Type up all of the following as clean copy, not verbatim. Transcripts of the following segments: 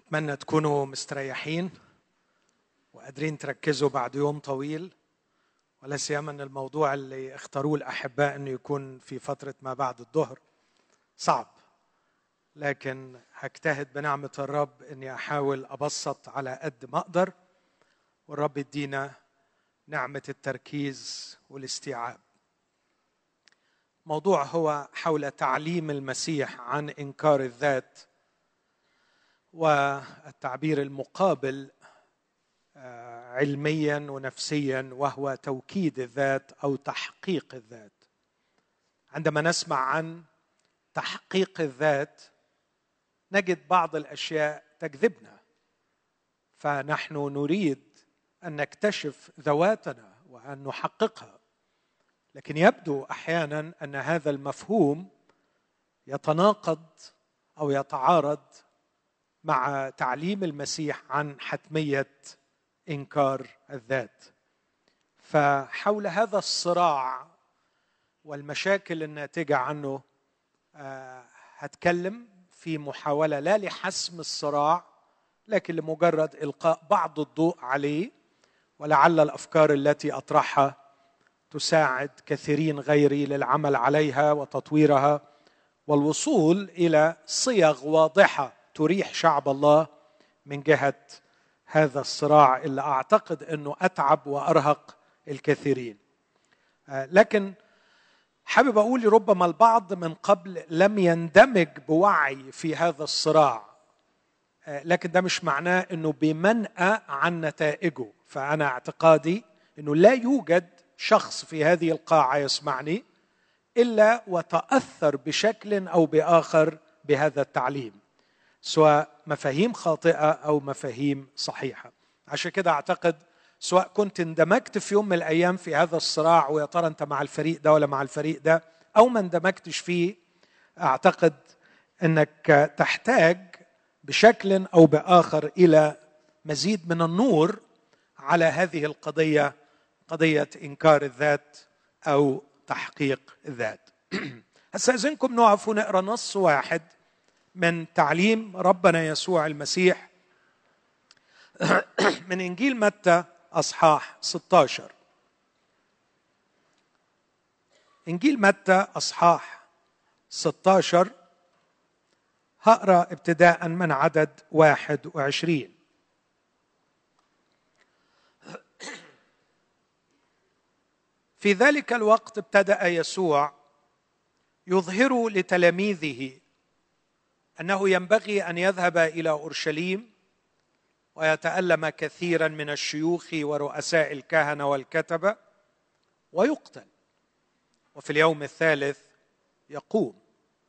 أتمنى تكونوا مستريحين وقادرين تركزوا بعد يوم طويل، ولا سيما أن الموضوع اللي اختاروه الأحباء أنه يكون في فترة ما بعد الظهر صعب، لكن هجتهد بنعمة الرب أني أحاول أبسط على قد ما أقدر، والرب يدينا نعمة التركيز والاستيعاب. موضوع هو حول تعليم المسيح عن إنكار الذات، والتعبير المقابل علميا ونفسيا وهو توكيد الذات أو تحقيق الذات. عندما نسمع عن تحقيق الذات نجد بعض الأشياء تجذبنا، فنحن نريد أن نكتشف ذواتنا وأن نحققها، لكن يبدو أحيانا أن هذا المفهوم يتناقض أو يتعارض مع تعليم المسيح عن حتمية إنكار الذات. فحول هذا الصراع والمشاكل الناتجة عنه هتكلم في محاولة لا لحسم الصراع، لكن لمجرد إلقاء بعض الضوء عليه، ولعل الأفكار التي أطرحها تساعد كثيرين غيري للعمل عليها وتطويرها والوصول إلى صيغ واضحة تريح شعب الله من جهة هذا الصراع اللي أعتقد أنه أتعب وأرهق الكثيرين. لكن حابب أقول ربما البعض من قبل لم يندمج بوعي في هذا الصراع، لكن ده مش معناه أنه بمنأى عن نتائجه. فأنا اعتقادي أنه لا يوجد شخص في هذه القاعة يسمعني إلا وتأثر بشكل أو بآخر بهذا التعليم، سواء مفاهيم خاطئة أو مفاهيم صحيحة. عشان كده أعتقد سواء كنت اندمجت في يوم من الأيام في هذا الصراع ويا ترى أنت مع الفريق ده ولا مع الفريق ده، أو ما اندمجتش فيه، أعتقد أنك تحتاج بشكل أو بآخر إلى مزيد من النور على هذه القضية، قضية إنكار الذات أو تحقيق الذات. أستأذنكم نقف ونقرأ نص واحد من تعليم ربنا يسوع المسيح من إنجيل متى أصحاح 16. إنجيل متى أصحاح 16 هقرأ ابتداء من عدد 21. في ذلك الوقت ابتدأ يسوع يظهر لتلاميذه أنه ينبغي أن يذهب إلى أورشليم ويتألم كثيرا من الشيوخ ورؤساء الكهنة والكتبة ويقتل، وفي اليوم الثالث يقوم.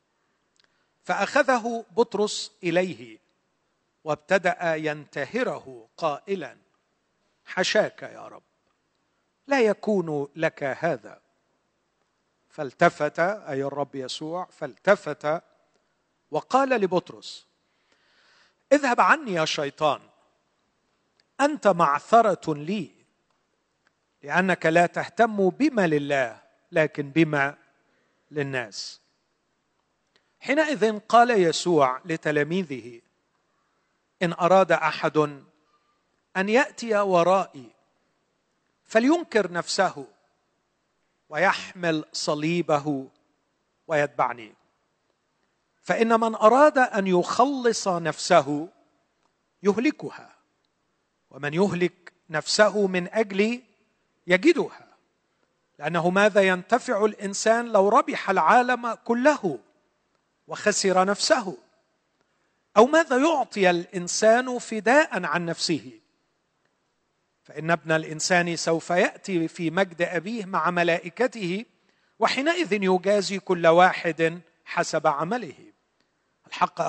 فأخذه بطرس إليه وابتدأ ينتهره قائلا: حشاك يا رب، لا يكون لك هذا. فالتفت، أي الرب يسوع، فالتفت وقال لبطرس: اذهب عني يا شيطان، أنت معثرة لي، لأنك لا تهتم بما لله لكن بما للناس. حينئذ قال يسوع لتلاميذه: إن أراد أحد أن يأتي ورائي فلينكر نفسه ويحمل صليبه ويتبعني. فإن من أراد أن يخلص نفسه يهلكها، ومن يهلك نفسه من أجلي يجدها. لأنه ماذا ينتفع الإنسان لو ربح العالم كله وخسر نفسه؟ أو ماذا يعطي الإنسان فداء عن نفسه؟ فإن ابن الإنسان سوف يأتي في مجد أبيه مع ملائكته، وحينئذ يجازي كل واحد حسب عمله. الحق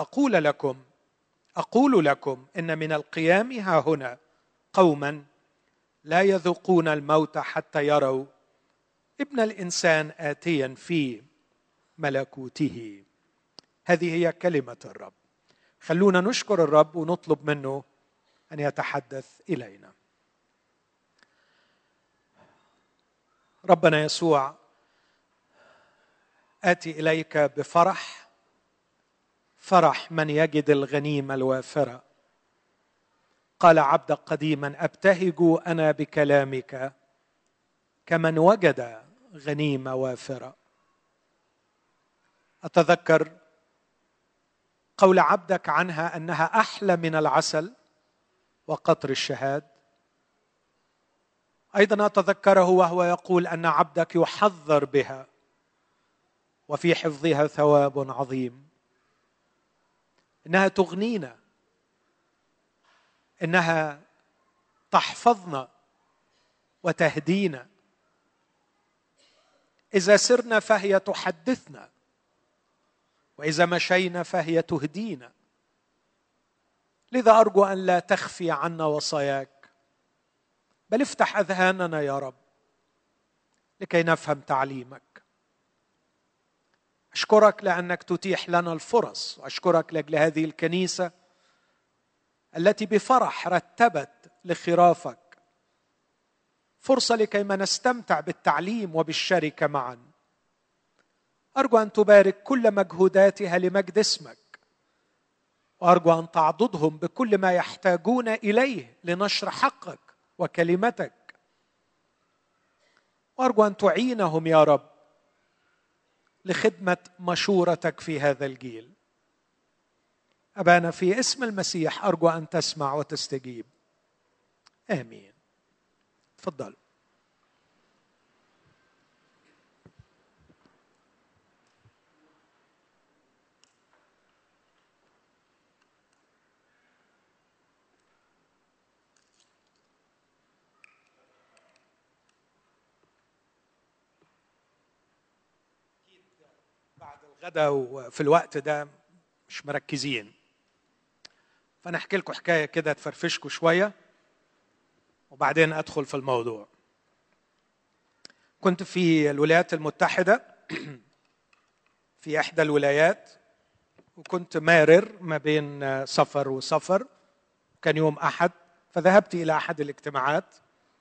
أقول لكم إن من القيام ها هنا قوما لا يذوقون الموت حتى يروا ابن الإنسان آتيا في ملكوته. هذه هي كلمة الرب. خلونا نشكر الرب ونطلب منه أن يتحدث إلينا. ربنا يسوع، آتي إليك بفرح، فرح من يجد الغنيمة الوافرة قال عبدك قديما: أبتهج أنا بكلامك كمن وجد غنيمة وافرة. أتذكر قول عبدك عنها أنها أحلى من العسل وقطر الشهاد. أيضا أتذكره وهو يقول أن عبدك يحذر بها وفي حفظها ثواب عظيم. إنها تغنينا، إنها تحفظنا وتهدينا. إذا سرنا فهي تحدثنا، وإذا مشينا فهي تهدينا. لذا أرجو أن لا تخفي عنا وصاياك، بل افتح أذهاننا يا رب لكي نفهم تعليمك. أشكرك لأنك تتيح لنا الفرص، وأشكرك لأجل هذه الكنيسة التي بفرح رتبت لخرافك فرصة لكي ما نستمتع بالتعليم وبالشركة معا. أرجو أن تبارك كل مجهوداتها لمجد اسمك، وأرجو أن تعضدهم بكل ما يحتاجون إليه لنشر حقك وكلمتك، وأرجو أن تعينهم يا رب لخدمة مشورتك في هذا الجيل. أبانا في اسم المسيح أرجو أن تسمع وتستجيب، آمين. تفضل. بعد الغداء وفي الوقت ده مش مركزين، فأنا أحكي لكم حكاية كده تفرفشكم شوية وبعدين أدخل في الموضوع. كنت في الولايات المتحدة في إحدى الولايات، وكنت مارر ما بين سفر وسفر. كان يوم أحد، فذهبت إلى أحد الاجتماعات،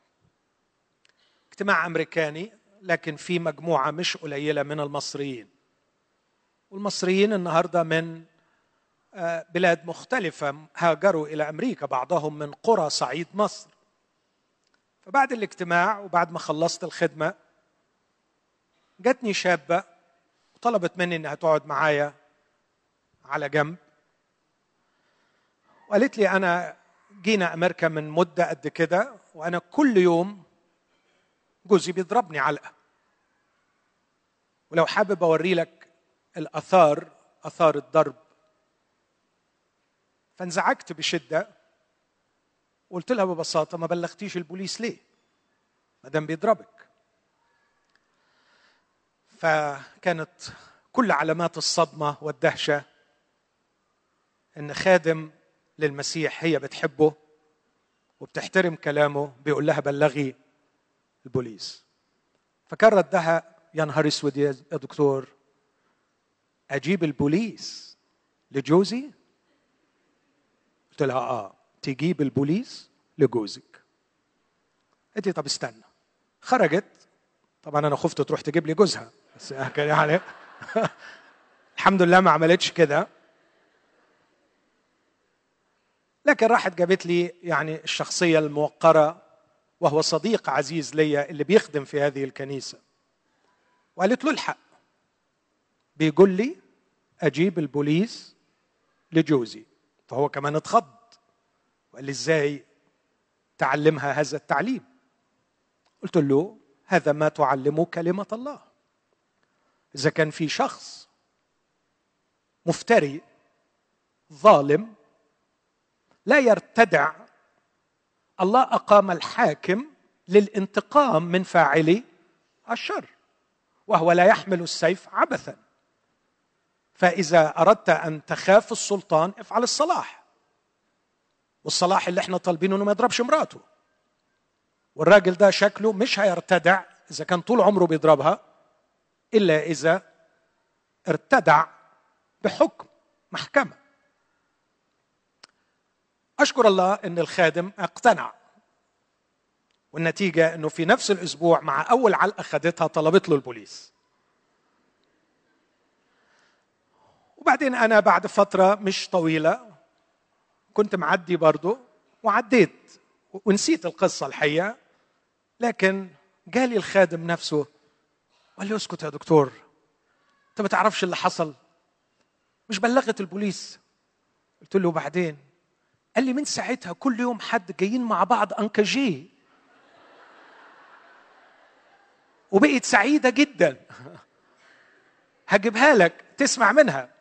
اجتماع أمريكاني لكن في مجموعة مش قليلة من المصريين. والمصريين النهاردة من بلاد مختلفة هاجروا إلى أمريكا، بعضهم من قرى صعيد مصر. فبعد الاجتماع وبعد ما خلصت الخدمة جاتني شابة وطلبت مني أنها تقعد معايا على جنب، وقالت لي: أنا جينا أمريكا من مدة قد كده، وأنا كل يوم جوزي بيضربني علقة، ولو حابب أوري لك الآثار، آثار الضرب. فانزعجت بشدة، قلت لها ببساطة: ما بلغتيش البوليس ليه ما دام بيضربك؟ فكانت كل علامات الصدمة والدهشة إن خادم للمسيح هي بتحبه وبتحترم كلامه بيقول لها بلغي البوليس. فكان ردها: يا نهار اسود يا دكتور، أجيب البوليس لجوزي؟ قلت لها: تجيب البوليس لجوزك. قلت لي: طب استنى. خرجت. طبعا أنا خفت تروح تجيب لي جوزها، بس يعني الحمد لله ما عملتش كده. لكن راحت جابت لي يعني الشخصية الموقرة، وهو صديق عزيز ليا اللي بيخدم في هذه الكنيسة، وقالت له: الحق، بيقول لي أجيب البوليس لجوزي. فهو كمان اتخض وقال لي: إزاي تعلمها هذا التعليم؟ قلت له: هذا ما تعلمه كلمة الله. إذا كان في شخص مفتري ظالم لا يرتدع، الله أقام الحاكم للانتقام من فاعلي الشر، وهو لا يحمل السيف عبثا. فإذا أردت أن تخاف السلطان افعل الصلاح، والصلاح اللي احنا طالبينه انه ما يضربش مراته. والراجل ده شكله مش هيرتدع إذا كان طول عمره بيضربها، إلا إذا ارتدع بحكم محكمة. أشكر الله أن الخادم اقتنع، والنتيجة أنه في نفس الأسبوع مع أول علقة خدتها طلبت له البوليس. وبعدين أنا بعد فترة مش طويلة كنت معدي برضو وعديت ونسيت القصة الحقيقة، لكن جالي الخادم نفسه وقال لي اسكت يا دكتور، انت ما تعرفش اللي حصل، مش بلغت البوليس؟ قلت له وبعدين؟ قال لي من ساعتها كل يوم حد جايين مع بعض انكاجيه، وبقيت سعيدة جدا. هجيبها لك تسمع منها.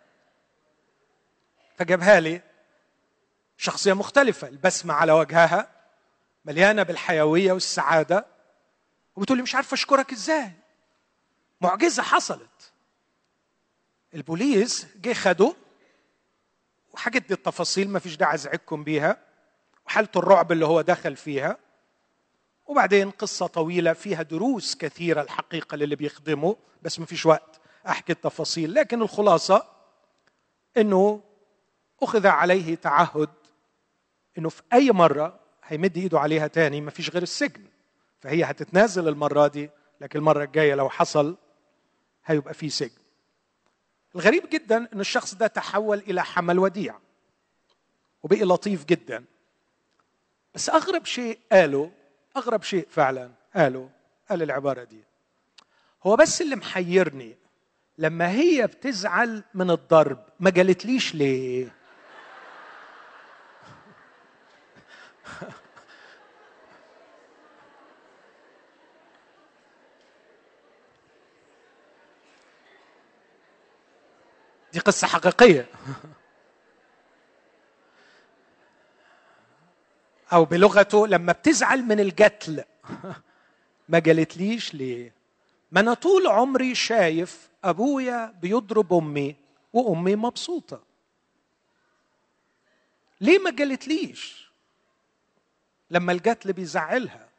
فجابها لي شخصية مختلفة، البسمة على وجهها مليانة بالحيوية والسعادة، وبتقول لي مش عارفة أشكرك إزاي، معجزة حصلت. البوليس جه خده وحكت لي التفاصيل، ما فيش داعي أزعجكم بيها، وحالة الرعب اللي هو دخل فيها، وبعدين قصة طويلة فيها دروس كثيرة الحقيقة للي بيخدمه، بس ما فيش وقت أحكي التفاصيل. لكن الخلاصة إنه أخذ عليه تعهد إنه في أي مرة هيمد إيده عليها تاني ما فيش غير السجن، فهي هتتنازل المرة دي، لكن المرة الجاية لو حصل هيبقى فيه سجن. الغريب جدا إن الشخص ده تحول إلى حمل وديع وبقي لطيف جدا. بس أغرب شيء قاله، أغرب شيء فعلا قال العبارة دي: هو بس اللي محيرني لما هي بتزعل من الضرب ما قالتليش ليه. دي قصة حقيقية. أو بلغته لما بتزعل من القتل ما قالتليش ليه. ما أنا طول عمري شايف أبويا بيضرب أمي وأمي مبسوطة، ليه ما قالتليش لما القتل بيزعلها؟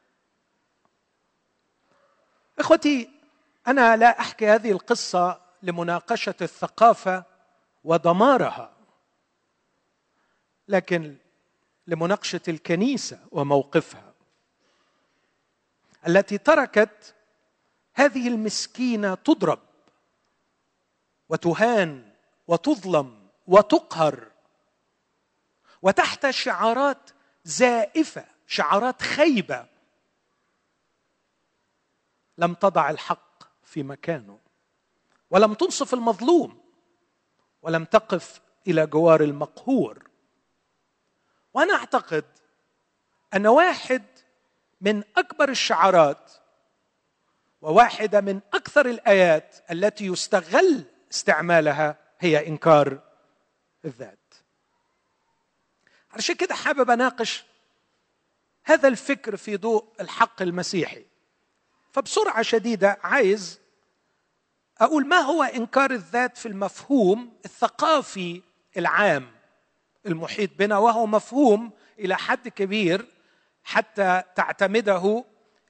إخوتي، أنا لا أحكي هذه القصة لمناقشة الثقافة ودمارها، لكن لمناقشة الكنيسة وموقفها التي تركت هذه المسكينة تضرب وتهان وتظلم وتقهر، وتحت شعارات زائفة، شعارات خيبة، لم تضع الحق في مكانه، ولم تنصف المظلوم، ولم تقف إلى جوار المقهور. وأنا أعتقد أن واحد من أكبر الشعارات وواحدة من أكثر الآيات التي يستغل استعمالها هي إنكار الذات. عشان كده حابب أناقش هذا الفكر في ضوء الحق المسيحي. فبسرعة شديدة عايز أقول ما هو إنكار الذات في المفهوم الثقافي العام المحيط بنا، وهو مفهوم إلى حد كبير حتى تعتمده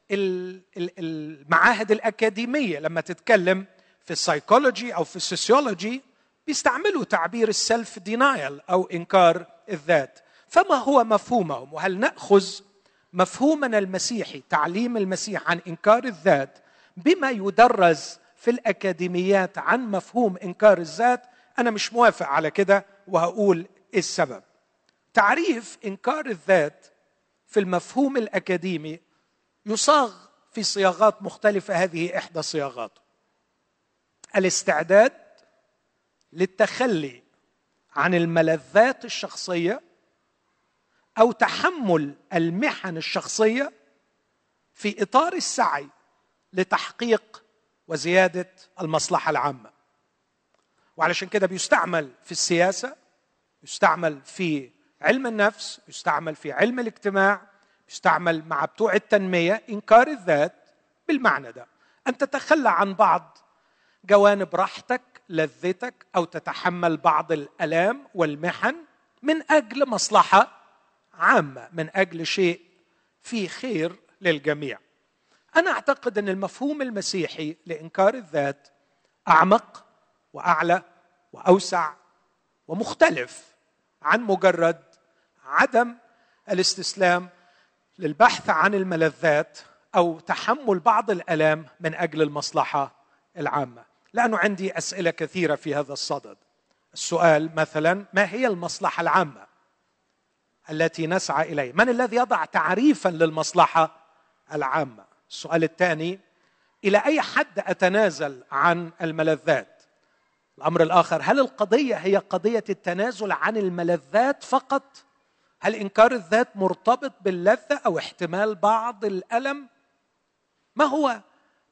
المعاهد الأكاديمية. لما تتكلم في السايكولوجي أو في السوسيولوجي بيستعملوا تعبير السلف دينايل أو إنكار الذات. فما هو مفهومهم؟ وهل نأخذ مفهومنا المسيحي، تعليم المسيح عن إنكار الذات، بما يدرس في الأكاديميات عن مفهوم إنكار الذات؟ أنا مش موافق على كده، وهقول إيه السبب. تعريف إنكار الذات في المفهوم الأكاديمي يصاغ في صياغات مختلفة، هذه إحدى صياغاته: الاستعداد للتخلي عن الملذات الشخصية أو تحمل المحن الشخصية في إطار السعي لتحقيق وزيادة المصلحة العامة. وعلشان كده بيستعمل في السياسة، يستعمل في علم النفس، يستعمل في علم الاجتماع، يستعمل مع بتوع التنمية. إنكار الذات بالمعنى ده أن تتخلى عن بعض جوانب راحتك، لذتك، أو تتحمل بعض الآلام والمحن من أجل مصلحة عامة، من أجل شيء فيه خير للجميع. أنا أعتقد أن المفهوم المسيحي لإنكار الذات أعمق وأعلى وأوسع ومختلف عن مجرد عدم الاستسلام للبحث عن الملذات أو تحمل بعض الآلام من أجل المصلحة العامة. لأنه عندي أسئلة كثيرة في هذا الصدد. السؤال مثلا: ما هي المصلحة العامة التي نسعى إليه؟ من الذي يضع تعريفا للمصلحة العامة؟ السؤال الثاني: إلى أي حد أتنازل عن الملذات؟ الأمر الآخر: هل القضية هي قضية التنازل عن الملذات فقط؟ هل إنكار الذات مرتبط باللذة أو احتمال بعض الألم؟ ما هو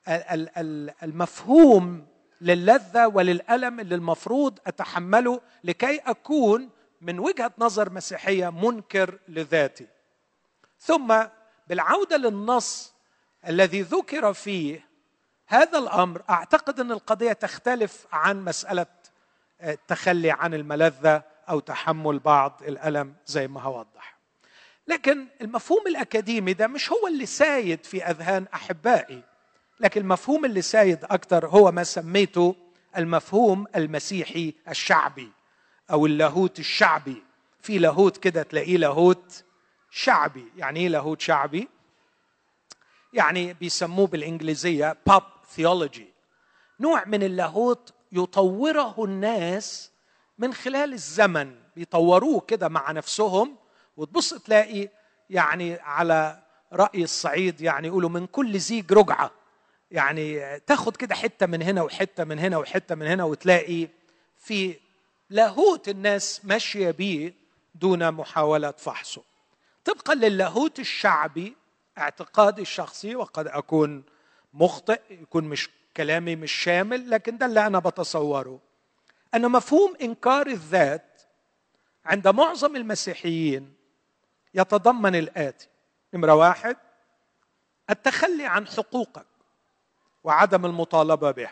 المفهوم للذة وللألم اللي المفروض أتحمله لكي أكون من وجهة نظر مسيحية منكر لذاتي؟ ثم بالعودة للنص الذي ذكر فيه هذا الأمر، أعتقد أن القضية تختلف عن مسألة التخلي عن الملذة أو تحمل بعض الألم زي ما هوضح. لكن المفهوم الأكاديمي ده مش هو اللي سايد في أذهان أحبائي، لكن المفهوم اللي سايد أكتر هو ما سميته المفهوم المسيحي الشعبي أو اللاهوت الشعبي. في لاهوت كده تلاقيه لاهوت شعبي. يعني إيه لاهوت شعبي؟ يعني بيسموه بالإنجليزية pop theology، نوع من اللاهوت يطوره الناس من خلال الزمن، بيطوروه كده مع نفسهم، وتبص تلاقي يعني على رأي الصعيد يعني يقولوا من كل زيج رجعة، يعني تاخد كده حتة من هنا وحتة من هنا وحتة من هنا، وتلاقي في لاهوت الناس ماشية بيه دون محاولة فحصه. طبقا للاهوت الشعبي اعتقادي الشخصي، وقد أكون مخطئ، يكون مش كلامي مش شامل، لكن ده اللي أنا بتصوره، أن مفهوم إنكار الذات عند معظم المسيحيين يتضمن الآتي: نمرة 1، التخلي عن حقوقك وعدم المطالبة بها،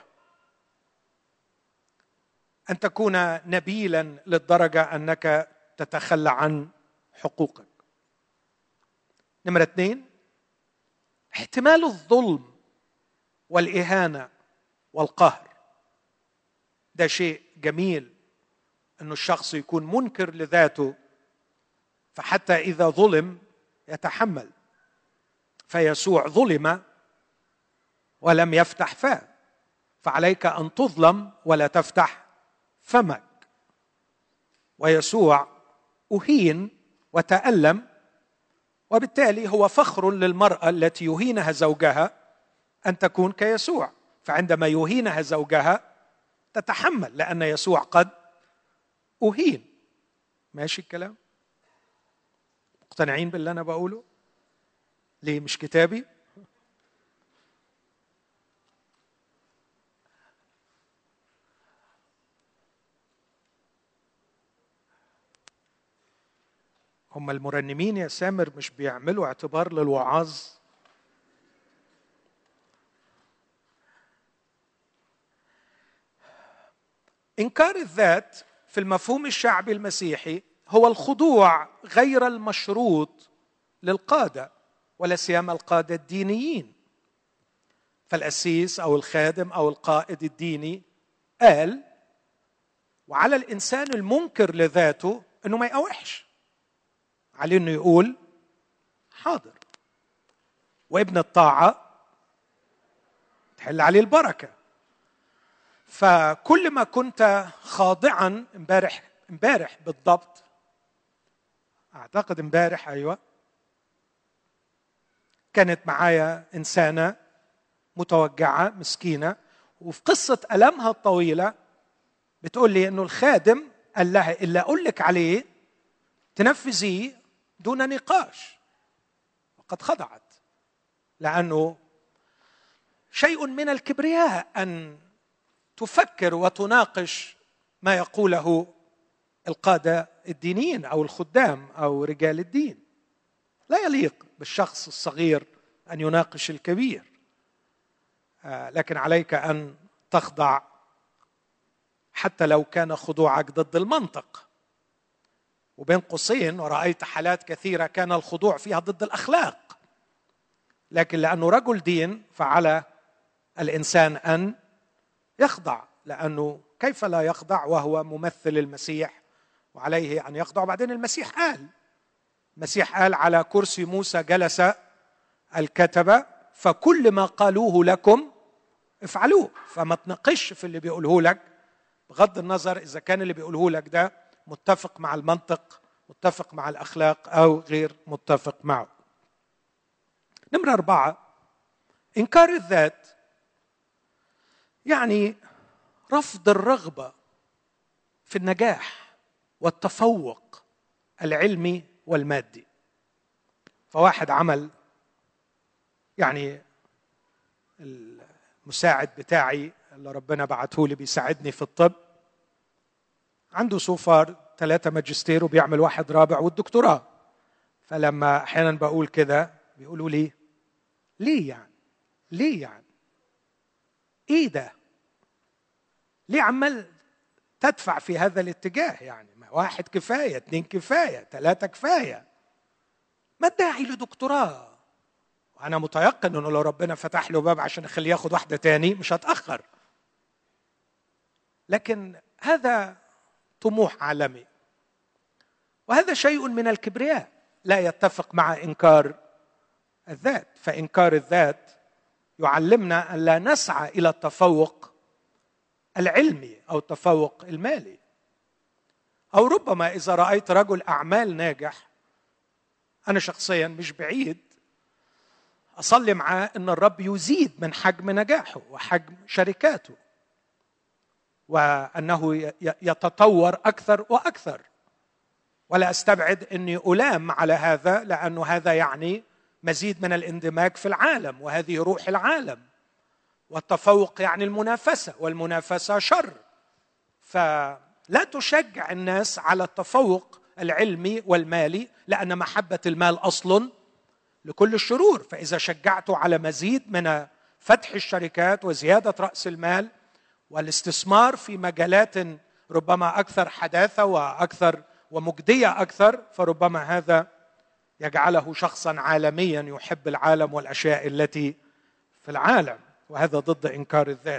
أن تكون نبيلا للدرجة أنك تتخلى عن حقوقك. نمرة 2، احتمال الظلم والإهانة والقهر. ده شيء جميل أنه الشخص يكون منكر لذاته، فحتى إذا ظلم يتحمل. فيسوع ظلم ولم يفتح فاه، فعليك أن تظلم ولا تفتح فمك. ويسوع أهين وتألم، وبالتالي هو فخر للمرأة التي يهينها زوجها أن تكون كيسوع، فعندما يهينها زوجها تتحمل لأن يسوع قد أهين. ماشي الكلام؟ مقتنعين باللي أنا بقوله؟ ليه مش كتابي؟ هم المرنمين يا سامر مش بيعملوا اعتبار للوعاظ؟ إنكار الذات في المفهوم الشعبي المسيحي هو الخضوع غير المشروط للقادة، ولا سيما القادة الدينيين. فالأسيس أو الخادم أو القائد الديني قال: وعلى الإنسان المنكر لذاته أنه ما يقاوحش، عليه أنه يقول حاضر، وابن الطاعة تحل عليه البركة. فكل ما كنت خاضعا امبارح بالضبط، أعتقد امبارح، أيوة، كانت معايا إنسانة متوجعة مسكينة، وفي قصة ألمها الطويلة بتقول لي إنه الخادم قال لها: إلا أقول لك عليه تنفذيه دون نقاش. وقد خضعت، لأنه شيء من الكبرياء أن تفكر وتناقش ما يقوله القادة الدينيين أو الخدام أو رجال الدين. لا يليق بالشخص الصغير أن يناقش الكبير، لكن عليك أن تخضع حتى لو كان خضوعك ضد المنطق. وبين قوسين، ورأيت حالات كثيرة كان الخضوع فيها ضد الأخلاق، لكن لأنه رجل دين فعلى الإنسان أن يخضع، لأنه كيف لا يخضع وهو ممثل المسيح، وعليه أن يخضع. وبعدين المسيح قال على كرسي موسى جلس الكتبة، فكل ما قالوه لكم افعلوه. فما تناقش في اللي بيقوله لك، بغض النظر إذا كان اللي بيقوله لك ده متفق مع المنطق متفق مع الأخلاق أو غير متفق معه. نمرة 4، إنكار الذات يعني رفض الرغبة في النجاح والتفوق العلمي والمادي. فواحد عمل، يعني المساعد بتاعي اللي ربنا بعته لي بيساعدني في الطب، عنده سوفار 3 ماجستير وبيعمل 1 رابع والدكتوراه. فلما أحيانا بقول كده بيقولوا لي ليه يعني إيه ده؟ ليه عمال تدفع في هذا الاتجاه؟ يعني 1 كفاية، 2 كفاية، 3 كفاية، ما الداعي لدكتوراه؟ وأنا متيقن أنه لو ربنا فتح له باب عشان يخليه ياخد واحدة تاني مش هتأخر. لكن هذا طموح عالمي، وهذا شيء من الكبرياء لا يتفق مع إنكار الذات. فإنكار الذات يعلمنا أن لا نسعى إلى التفوق العلمي أو التفوق المالي. أو ربما إذا رأيت رجل أعمال ناجح، أنا شخصيا مش بعيد أصلي معاه أن الرب يزيد من حجم نجاحه وحجم شركاته، وأنه يتطور أكثر وأكثر، ولا أستبعد أني ألام على هذا، لأنه هذا يعني مزيد من الاندماج في العالم، وهذه روح العالم. والتفوق يعني المنافسة، والمنافسة شر. فلا تشجع الناس على التفوق العلمي والمالي، لأن محبة المال أصل لكل الشرور. فإذا شجعته على مزيد من فتح الشركات وزيادة رأس المال والاستثمار في مجالات ربما أكثر حداثة وأكثر ومجدية أكثر، فربما هذا يجعله شخصا عالميا يحب العالم والأشياء التي في العالم، وهذا ضد إنكار الذات.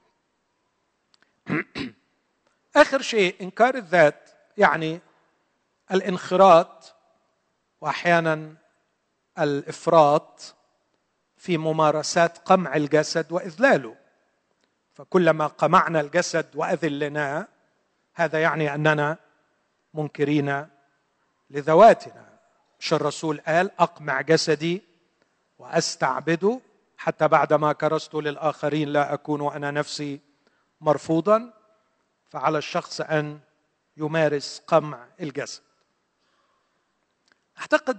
آخر شيء، إنكار الذات يعني الانخراط وأحيانا الإفراط في ممارسات قمع الجسد وإذلاله. فكلما قمعنا الجسد وأذلناه، هذا يعني أننا منكرين لذواتنا. مش الرسول قال أقمع جسدي وأستعبده حتى بعدما كرست للآخرين لا أكون أنا نفسي مرفوضا؟ فعلى الشخص أن يمارس قمع الجسد. أعتقد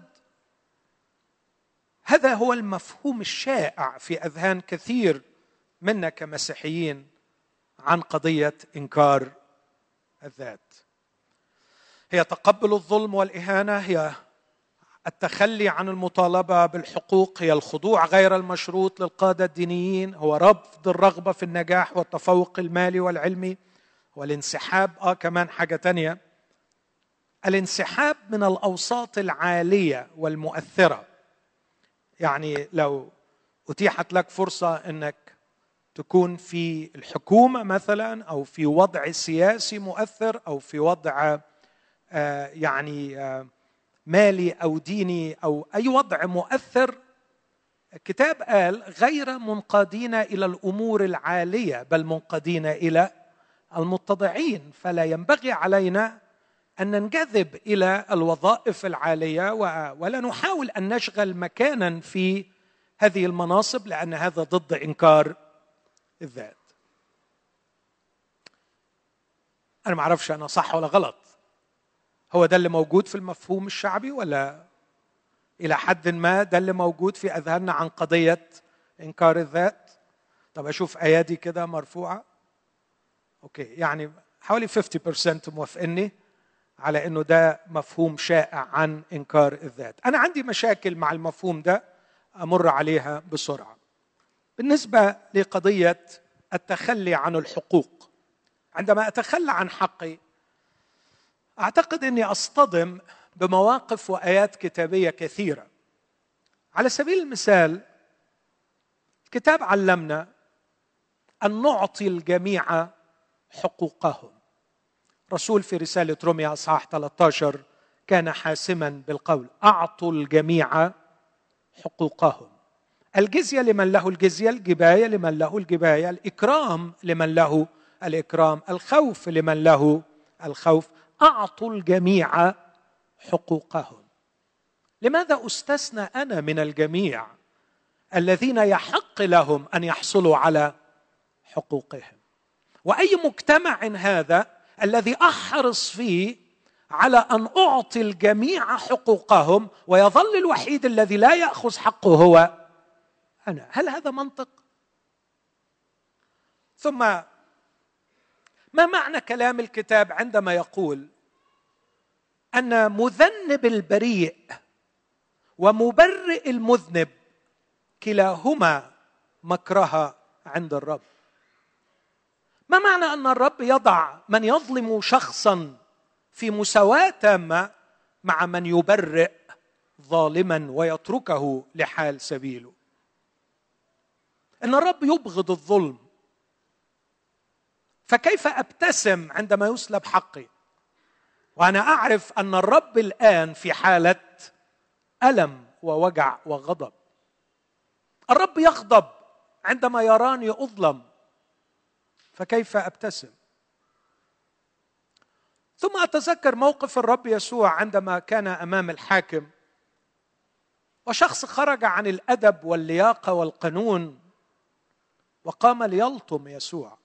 هذا هو المفهوم الشائع في أذهان كثير منا كمسيحيين عن قضية إنكار الذات. هي تقبل الظلم والإهانة، هي التخلي عن المطالبة بالحقوق، هي الخضوع غير المشروط للقادة الدينيين، هو رفض الرغبة في النجاح والتفوق المالي والعلمي، والانسحاب. كمان حاجة تانية، الانسحاب من الأوساط العالية والمؤثرة. يعني لو أتيحت لك فرصة أنك تكون في الحكومة مثلا، أو في وضع سياسي مؤثر، أو في وضع مالي أو ديني أو أي وضع مؤثر، الكتاب قال غير منقادين إلى الأمور العالية بل منقادين إلى المتضعين. فلا ينبغي علينا أن ننجذب إلى الوظائف العالية ولا نحاول أن نشغل مكانا في هذه المناصب، لأن هذا ضد إنكار الذات. أنا ما أعرفش أنا صح ولا غلط، هو ده اللي موجود في المفهوم الشعبي، ولا إلى حد ما ده اللي موجود في أذهاننا عن قضية إنكار الذات؟ طب أشوف أيادي كده مرفوعة. أوكي، يعني حوالي 50% موافقني على أنه ده مفهوم شائع عن إنكار الذات. أنا عندي مشاكل مع المفهوم ده أمر عليها بسرعة. بالنسبة لقضية التخلي عن الحقوق، عندما أتخلى عن حقي أعتقد أني أصطدم بمواقف وآيات كتابية كثيرة. على سبيل المثال، الكتاب علمنا أن نعطي الجميع حقوقهم. رسول في رسالة روميا أصحاح 13 كان حاسما بالقول: أعطوا الجميع حقوقهم. الجزية لمن له الجزية، الجباية لمن له الجباية، الإكرام لمن له الإكرام، الخوف لمن له الخوف. أعطوا الجميع حقوقهم. لماذا أستثنى أنا من الجميع الذين يحق لهم أن يحصلوا على حقوقهم؟ وأي مجتمع هذا الذي أحرص فيه على أن أعطي الجميع حقوقهم ويظل الوحيد الذي لا يأخذ حقه هو أنا؟ هل هذا منطق؟ ثم ما معنى كلام الكتاب عندما يقول أن مذنب البريء ومبرئ المذنب كلاهما مكرهة عند الرب؟ ما معنى أن الرب يضع من يظلم شخصا في مساواة تامة مع من يبرئ ظالما ويتركه لحال سبيله؟ أن الرب يبغض الظلم، فكيف أبتسم عندما يسلب حقي وأنا أعرف أن الرب الآن في حالة ألم ووجع وغضب؟ الرب يغضب عندما يراني أظلم، فكيف أبتسم؟ ثم أتذكر موقف الرب يسوع عندما كان أمام الحاكم وشخص خرج عن الأدب واللياقة والقانون وقام ليلطم يسوع.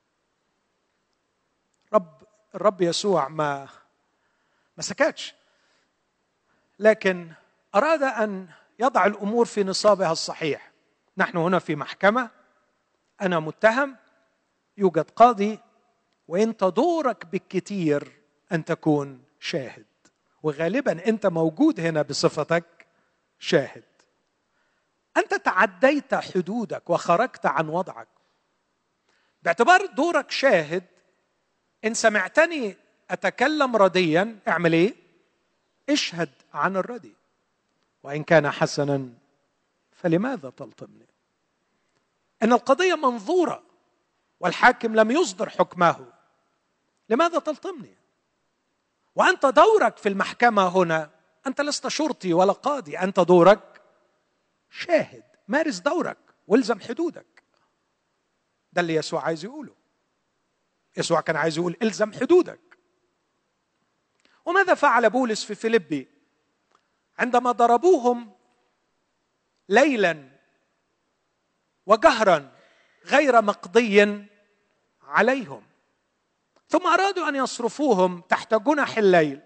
الرب يسوع ما سكتش، لكن أراد أن يضع الأمور في نصابها الصحيح. نحن هنا في محكمة، أنا متهم، يوجد قاضي، وأنت دورك بالكثير أن تكون شاهد، وغالبا أنت موجود هنا بصفتك شاهد. أنت تعديت حدودك وخرجت عن وضعك. باعتبار دورك شاهد، إن سمعتني أتكلم رديا اعمل إيه؟ اشهد عن الردي، وإن كان حسنا فلماذا تلطمني؟ إن القضية منظورة والحاكم لم يصدر حكمه، لماذا تلطمني؟ وأنت دورك في المحكمة هنا، أنت لست شرطي ولا قاضي، أنت دورك شاهد. مارس دورك والزم حدودك. ده اللي يسوع عايز يقوله. يسوع كان عايز يقول الزم حدودك. وماذا فعل بولس في فيلبي عندما ضربوهم ليلا وجهرا غير مقضي عليهم، ثم أرادوا أن يصرفوهم تحت جنح الليل؟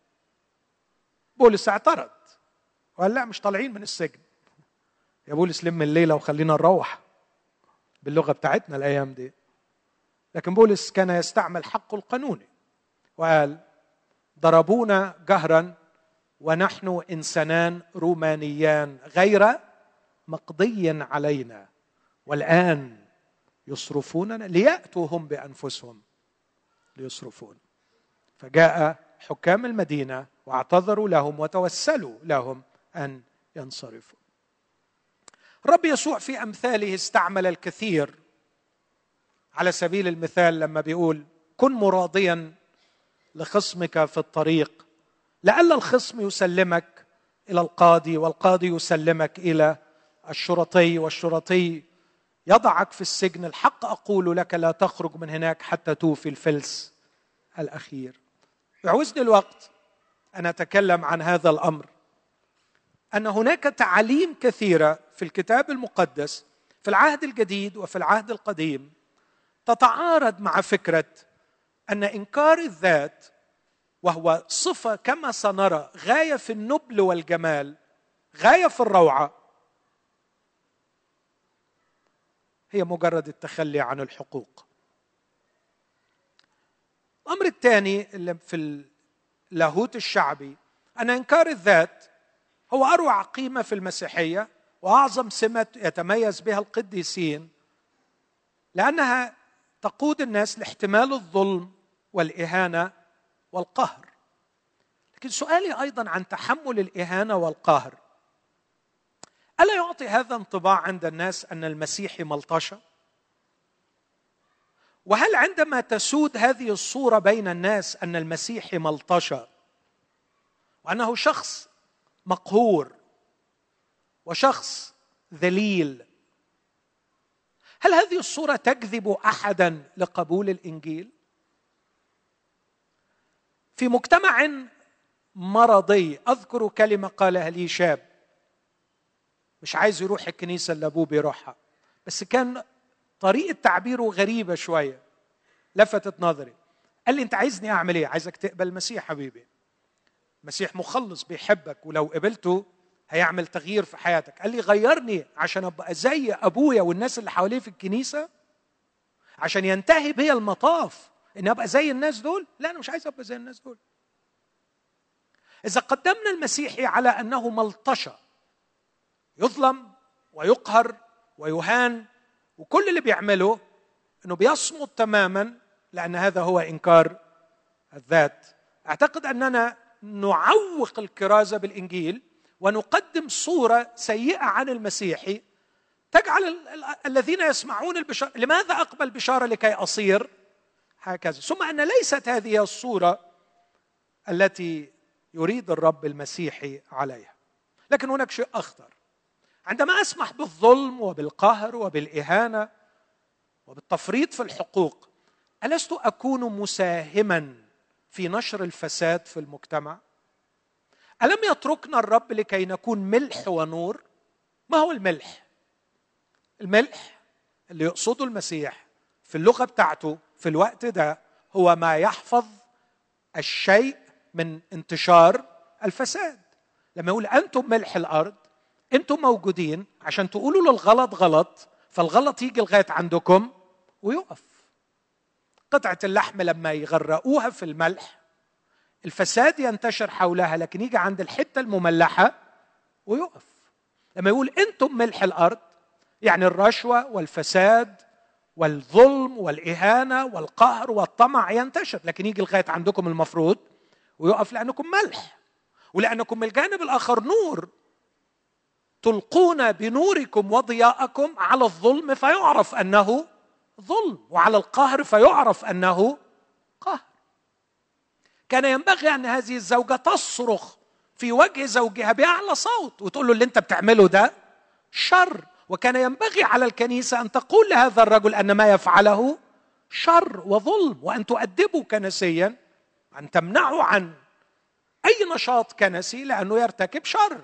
بولس اعترض وقال لا، مش طالعين من السجن يا بولس، لم الليلة وخلينا نروح، باللغة بتاعتنا الأيام دي. لكن بولس كان يستعمل حقه القانوني وقال ضربونا جهرا ونحن إنسانان رومانيان غير مقضي علينا، والآن يصرفوننا، ليأتوا هم بأنفسهم ليصرفون. فجاء حكام المدينة واعتذروا لهم وتوسلوا لهم أن ينصرفوا. الرب يسوع في أمثاله استعمل الكثير. على سبيل المثال لما بيقول كن مراضيا لخصمك في الطريق، لعل الخصم يسلمك إلى القاضي، والقاضي يسلمك إلى الشرطي، والشرطي يضعك في السجن. الحق أقول لك لا تخرج من هناك حتى توفي الفلس الأخير. يعوزني الوقت أن أتكلم عن هذا الأمر، أن هناك تعاليم كثيرة في الكتاب المقدس في العهد الجديد وفي العهد القديم تتعارض مع فكرة أن إنكار الذات، وهو صفة كما سنرى غاية في النبل والجمال، غاية في الروعة، هي مجرد التخلي عن الحقوق. الأمر الثاني اللي في اللاهوت الشعبي أن إنكار الذات هو أروع قيمة في المسيحية وأعظم سمة يتميز بها القديسين، لأنها تقود الناس لاحتمال الظلم والإهانة والقهر. لكن سؤالي أيضا عن تحمل الإهانة والقهر، ألا يعطي هذا انطباع عند الناس أن المسيحي ملطشة؟ وهل عندما تسود هذه الصورة بين الناس أن المسيحي ملطشة وأنه شخص مقهور وشخص ذليل، هل هذه الصورة تجذب أحدا لقبول الإنجيل؟ في مجتمع مرضي. أذكر كلمة قالها لي شاب مش عايز يروح الكنيسة اللي أبوه بيروحها، بس كان طريقة تعبيره غريبة شوية لفتت نظري. قال لي: أنت عايزني أعمل إيه؟ عايزك تقبل المسيح حبيبي، المسيح مخلص بيحبك، ولو قبلته هيعمل تغيير في حياتك. قال لي: غيرني عشان أبقى زي أبويا والناس اللي حواليه في الكنيسة، عشان ينتهي بي المطاف إن أبقى زي الناس دول. لا، أنا مش عايز أبقى زي الناس دول. إذا قدمنا المسيحي على أنه ملطشة، يظلم ويقهر ويهان، وكل اللي بيعمله أنه بيصمت تماما، لأن هذا هو إنكار الذات. أعتقد أننا نعوق الكرازة بالإنجيل ونقدم صورة سيئة عن المسيحي تجعل الذين يسمعون البشارة: لماذا أقبل بشارة لكي أصير هكذا؟ ثم أن ليست هذه الصورة التي يريد الرب المسيحي عليها. لكن هناك شيء أخطر. عندما أسمح بالظلم وبالقهر وبالإهانة وبالتفريط في الحقوق، ألست أكون مساهما في نشر الفساد في المجتمع؟ ألم يتركنا الرب لكي نكون ملح ونور؟ ما هو الملح؟ الملح اللي يقصده المسيح في اللغة بتاعته في الوقت ده هو ما يحفظ الشيء من انتشار الفساد. لما يقول أنتم ملح الأرض، أنتم موجودين عشان تقولوا للغلط غلط، فالغلط يجي لغاية عندكم ويقف. قطعة اللحم لما يغرقوها في الملح الفساد ينتشر حولها، لكن يجي عند الحتة المملحة ويقف. لما يقول أنتم ملح الأرض، يعني الرشوة والفساد والظلم والإهانة والقهر والطمع ينتشر، لكن يجي لغاية عندكم المفروض ويقف، لأنكم ملح، ولأنكم من الجانب الآخر نور، تلقون بنوركم وضياءكم على الظلم فيعرف أنه ظلم، وعلى القهر فيعرف أنه قهر. كان ينبغي أن هذه الزوجة تصرخ في وجه زوجها بأعلى صوت وتقول له: اللي أنت بتعمله ده شر. وكان ينبغي على الكنيسة أن تقول لهذا الرجل أن ما يفعله شر وظلم، وأن تؤدبه كنسيا، أن تمنعه عن أي نشاط كنسي لأنه يرتكب شر.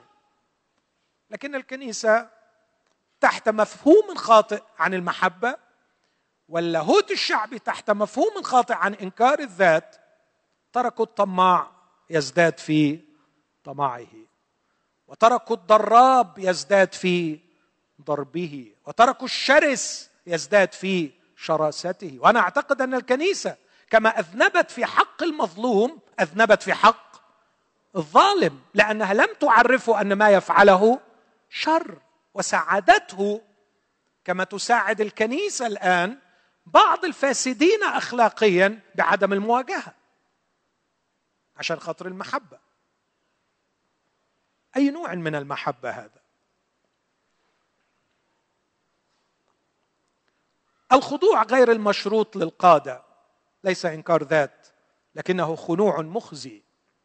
لكن الكنيسة تحت مفهوم خاطئ عن المحبة، واللاهوت الشعبي تحت مفهوم خاطئ عن إنكار الذات، تركوا الطماع يزداد في طمعه، وتركوا الضراب يزداد في ضربه، وتركوا الشرس يزداد في شراسته. وأنا أعتقد أن الكنيسة كما أذنبت في حق المظلوم أذنبت في حق الظالم، لأنها لم تعرفه أن ما يفعله شر، وساعدته كما تساعد الكنيسة الآن بعض الفاسدين أخلاقيا بعدم المواجهة عشان خاطر المحبة. أي نوع من المحبة هذا؟ الخضوع غير المشروط للقادة ليس إنكار ذات، لكنه خنوع مخزي.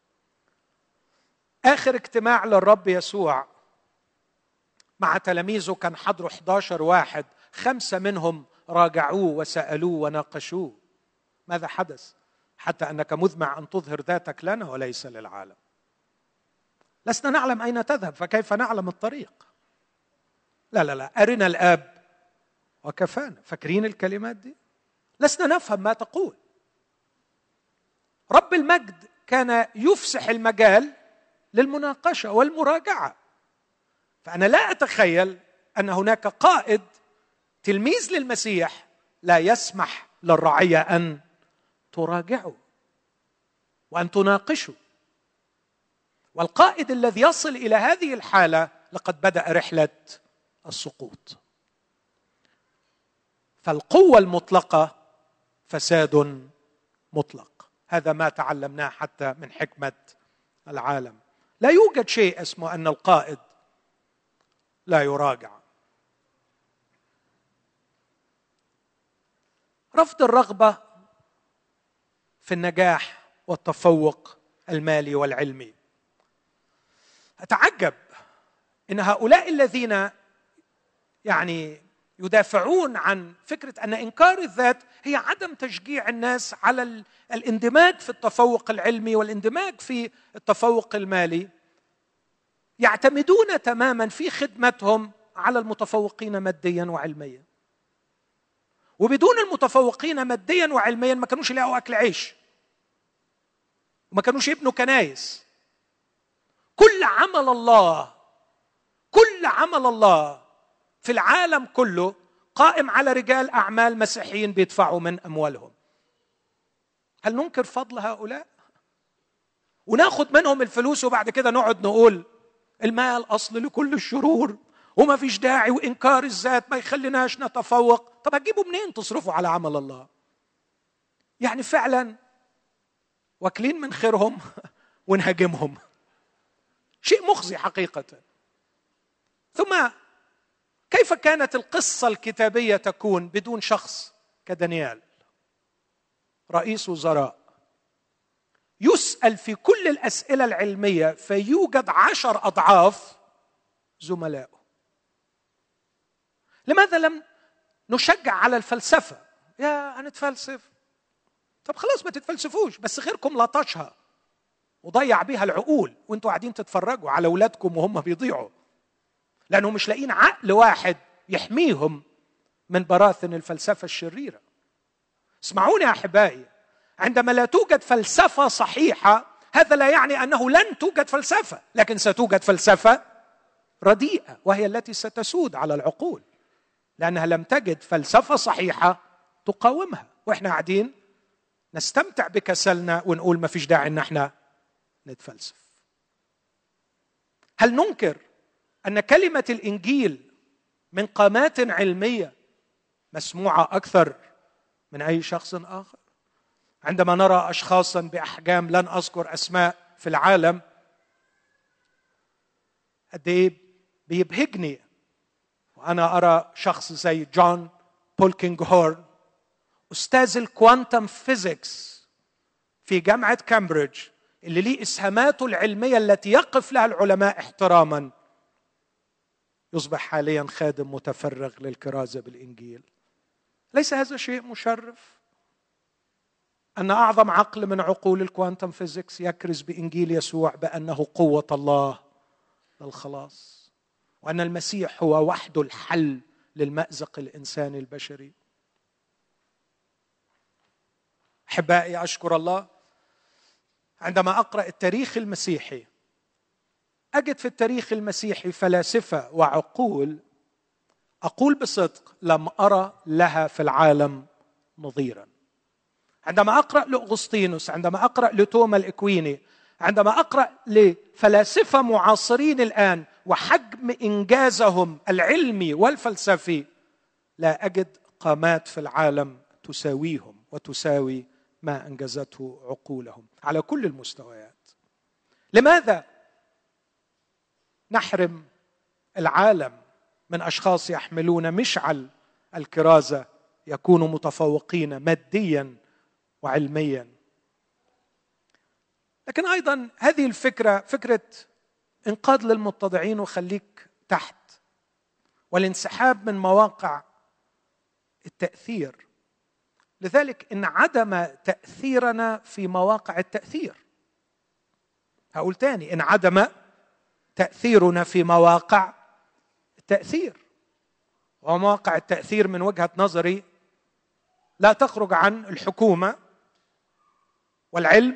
آخر اجتماع للرب يسوع مع تلاميذه كان حضروا 11 واحد، 5 منهم راجعوه وسألوه وناقشوه: ماذا حدث حتى أنك مذمع أن تظهر ذاتك لنا وليس للعالم؟ لسنا نعلم أين تذهب فكيف نعلم الطريق؟ لا، أرنا الآب وكفانا. فاكرين الكلمات دي؟ لسنا نفهم ما تقول. رب المجد كان يفسح المجال للمناقشة والمراجعة. فأنا لا أتخيل أن هناك قائد تلميذ للمسيح لا يسمح للرعية أن تراجعه وأن تناقشه. والقائد الذي يصل إلى هذه الحالة لقد بدأ رحلة السقوط. فالقوة المطلقة فساد مطلق. هذا ما تعلمناه حتى من حكمة العالم. لا يوجد شيء اسمه أن القائد لا يراجع. رفض الرغبة في النجاح والتفوق المالي والعلمي. أتعجب إن هؤلاء الذين يدافعون عن فكرة أن إنكار الذات هي عدم تشجيع الناس على الاندماج في التفوق العلمي والاندماج في التفوق المالي، يعتمدون تماما في خدمتهم على المتفوقين ماديا وعلميا. وبدون المتفوقين ماديا وعلميا ما كانوش يلاقوا أكل عيش وما كانوش يبنوا كنايس. كل عمل الله في العالم كله قائم على رجال أعمال مسيحيين بيدفعوا من أموالهم. هل ننكر فضل هؤلاء وناخد منهم الفلوس وبعد كده نقعد نقول المال أصل لكل الشرور وما فيش داعي وإنكار الذات ما يخليناش نتفوق؟ طب هتجيبوا منين تصرفوا على عمل الله؟ يعني فعلا واكلين من خيرهم ونهاجمهم. شيء مخزي حقيقة. ثم كيف كانت القصة الكتابية تكون بدون شخص كدانيال رئيس وزراء يسأل في كل الأسئلة العلمية فيوجد 10 أضعاف زملائه؟ لماذا لم نشجع على الفلسفة؟ يا هنتفلسف، طب خلاص ما تتفلسفوش، بس غيركم لطشها وضيع بيها العقول وانتوا قاعدين تتفرجوا على أولادكم وهم بيضيعوا، لأنهم مش لاقين عقل واحد يحميهم من براثن الفلسفة الشريرة. اسمعوني يا أحبائي، عندما لا توجد فلسفة صحيحة هذا لا يعني أنه لن توجد فلسفة، لكن ستوجد فلسفة رديئة وهي التي ستسود على العقول، لأنها لم تجد فلسفة صحيحة تقاومها، وإحنا قاعدين نستمتع بكسلنا ونقول ما فيش داعي أن احنا نتفلسف. هل ننكر أن كلمة الإنجيل من قامات علمية مسموعة أكثر من أي شخص آخر؟ عندما نرى أشخاصا بأحجام لن أذكر أسماء في العالم، قد إيه بيبهجني وأنا أرى شخص زي جون بولكينغهورن أستاذ الكوانتم فيزيكس في جامعة كامبريدج، اللي ليه إسهاماته العلمية التي يقف لها العلماء احتراما، يصبح حاليا خادم متفرغ للكرازة بالإنجيل. ليس هذا شيء مشرف أن أعظم عقل من عقول الكوانتم فيزيكس يكرز بإنجيل يسوع بأنه قوة الله للخلاص، وأن المسيح هو وحده الحل للمأزق الإنساني البشري؟ أحبائي، أشكر الله عندما أقرأ التاريخ المسيحي أجد في التاريخ المسيحي فلاسفة وعقول أقول بصدق لم أرى لها في العالم نظيرا. عندما أقرأ لأغسطينوس، عندما أقرأ لتوما الإكويني، عندما أقرأ لفلاسفة معاصرين الآن وحجم إنجازهم العلمي والفلسفي، لا أجد قامات في العالم تساويهم وتساوي ما أنجزته عقولهم على كل المستويات. لماذا نحرم العالم من أشخاص يحملون مشعل الكرازة يكونوا متفوقين ماديا وعلميا؟ لكن أيضا هذه الفكرة فكرة انقاذ للمتضعين وخليك تحت، والانسحاب من مواقع التأثير. لذلك إن عدم تأثيرنا في مواقع التأثير، هقول تاني، إن عدم تأثيرنا في مواقع التأثير، ومواقع التأثير من وجهة نظري لا تخرج عن الحكومة والعلم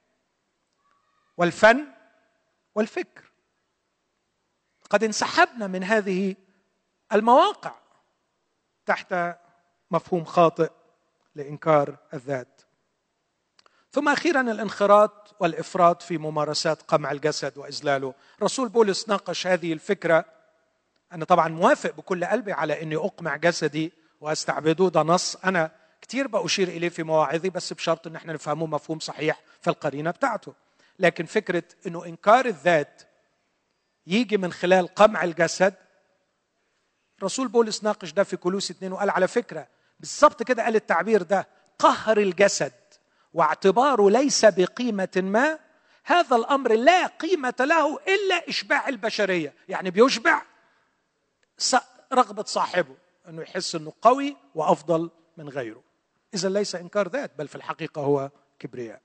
والفن والفكر. قد انسحبنا من هذه المواقع تحت مفهوم خاطئ لإنكار الذات. ثم أخيراً الانخراط والإفراط في ممارسات قمع الجسد وإذلاله. رسول بولس ناقش هذه الفكرة. أنا طبعاً موافق بكل قلبي على أني أقمع جسدي وأستعبده، ده نص أنا كتير بأشير إليه في مواعظي، بس بشرط أن احنا نفهمه مفهوم صحيح في القرينة بتاعته. لكن فكرة أنه إنكار الذات يجي من خلال قمع الجسد، رسول بولس ناقش ده في كولوسي 2 وقال على فكرة بالضبط كده، قال التعبير ده: قهر الجسد واعتباره ليس بقيمة ما، هذا الأمر لا قيمة له إلا إشباع البشرية. يعني بيشبع رغبة صاحبه، أنه يحس أنه قوي وأفضل من غيره. إذا ليس إنكار ذات، بل في الحقيقة هو كبرياء.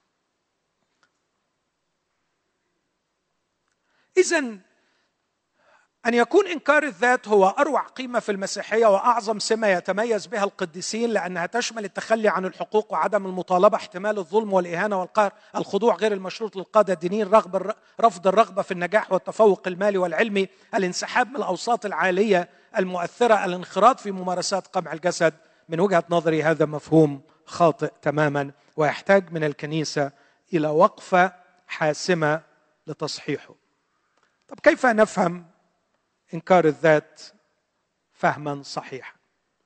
إذن أن يكون إنكار الذات هو أروع قيمة في المسيحية وأعظم سمة يتميز بها القديسين، لأنها تشمل التخلي عن الحقوق وعدم المطالبة، احتمال الظلم والإهانة والقهر، الخضوع غير المشروط للقادة الدينيين، رفض الرغبة في النجاح والتفوق المالي والعلمي، الانسحاب من الأوساط العالية المؤثرة، الانخراط في ممارسات قمع الجسد. من وجهة نظري هذا مفهوم خاطئ تماما، ويحتاج من الكنيسة إلى وقفة حاسمة لتصحيحه. طب كيف نفهم إنكار الذات فهما صحيحا؟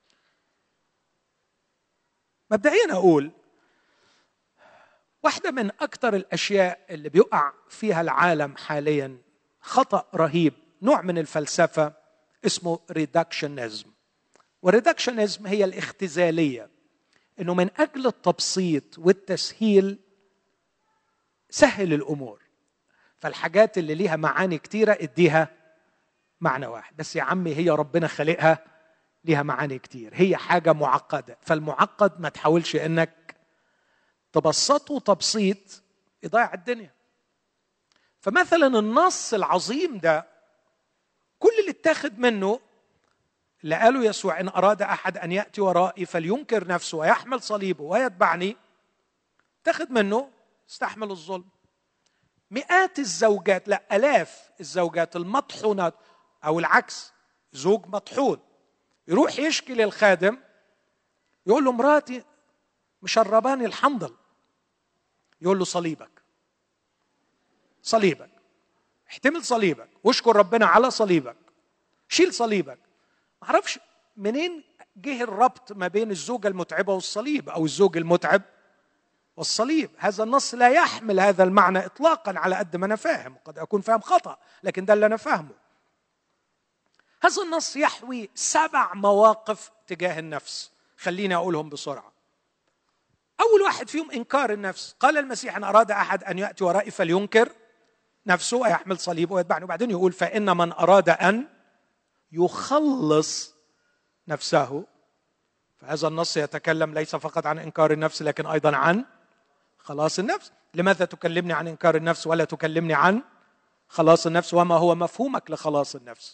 مبدئيا أقول واحدة من أكثر الأشياء اللي بيقع فيها العالم حاليا خطأ رهيب، نوع من الفلسفة اسمه ريدكشنزم. والريدكشنزم هي الاختزالية، إنه من أجل التبسيط والتسهيل سهل الأمور، فالحاجات اللي ليها معاني كتيرة اديها معنى واحد. بس يا عمي هي ربنا خلقها ليها معاني كتير، هي حاجة معقدة، فالمعقد ما تحاولش انك تبسطه تبسيط يضيع الدنيا. فمثلا النص العظيم ده كل اللي اتاخد منه اللي قاله يسوع: إن أراد أحد أن يأتي ورائي فلينكر نفسه ويحمل صليبه ويتبعني. اتاخد منه استحمل الظلم. مئات الزوجات، لا آلاف الزوجات المطحونات، أو العكس، زوج مطحون يروح يشكي للخادم يقول له: مراتي مشرباني الحنظل. يقول له: صليبك، صليبك، احتمل صليبك واشكر ربنا على صليبك، شيل صليبك. ما اعرفش منين جه الربط ما بين الزوجة المتعبة والصليب، أو الزوج المتعب والصليب. هذا النص لا يحمل هذا المعنى إطلاقا على قد ما أنا فاهم، قد أكون فاهم خطأ لكن ده اللي أنا فاهمه. هذا النص يحوي 7 مواقف تجاه النفس، خليني أقولهم بسرعة. أول واحد فيهم إنكار النفس. قال المسيح: إن أراد أحد أن يأتي ورائي فلينكر نفسه ويحمل صليبه ويتبعني. وبعدين يقول: فإن من أراد أن يخلص نفسه. فهذا النص يتكلم ليس فقط عن إنكار النفس لكن أيضا عن خلاص النفس. لماذا تكلمني عن إنكار النفس ولا تكلمني عن خلاص النفس؟ وما هو مفهومك لخلاص النفس؟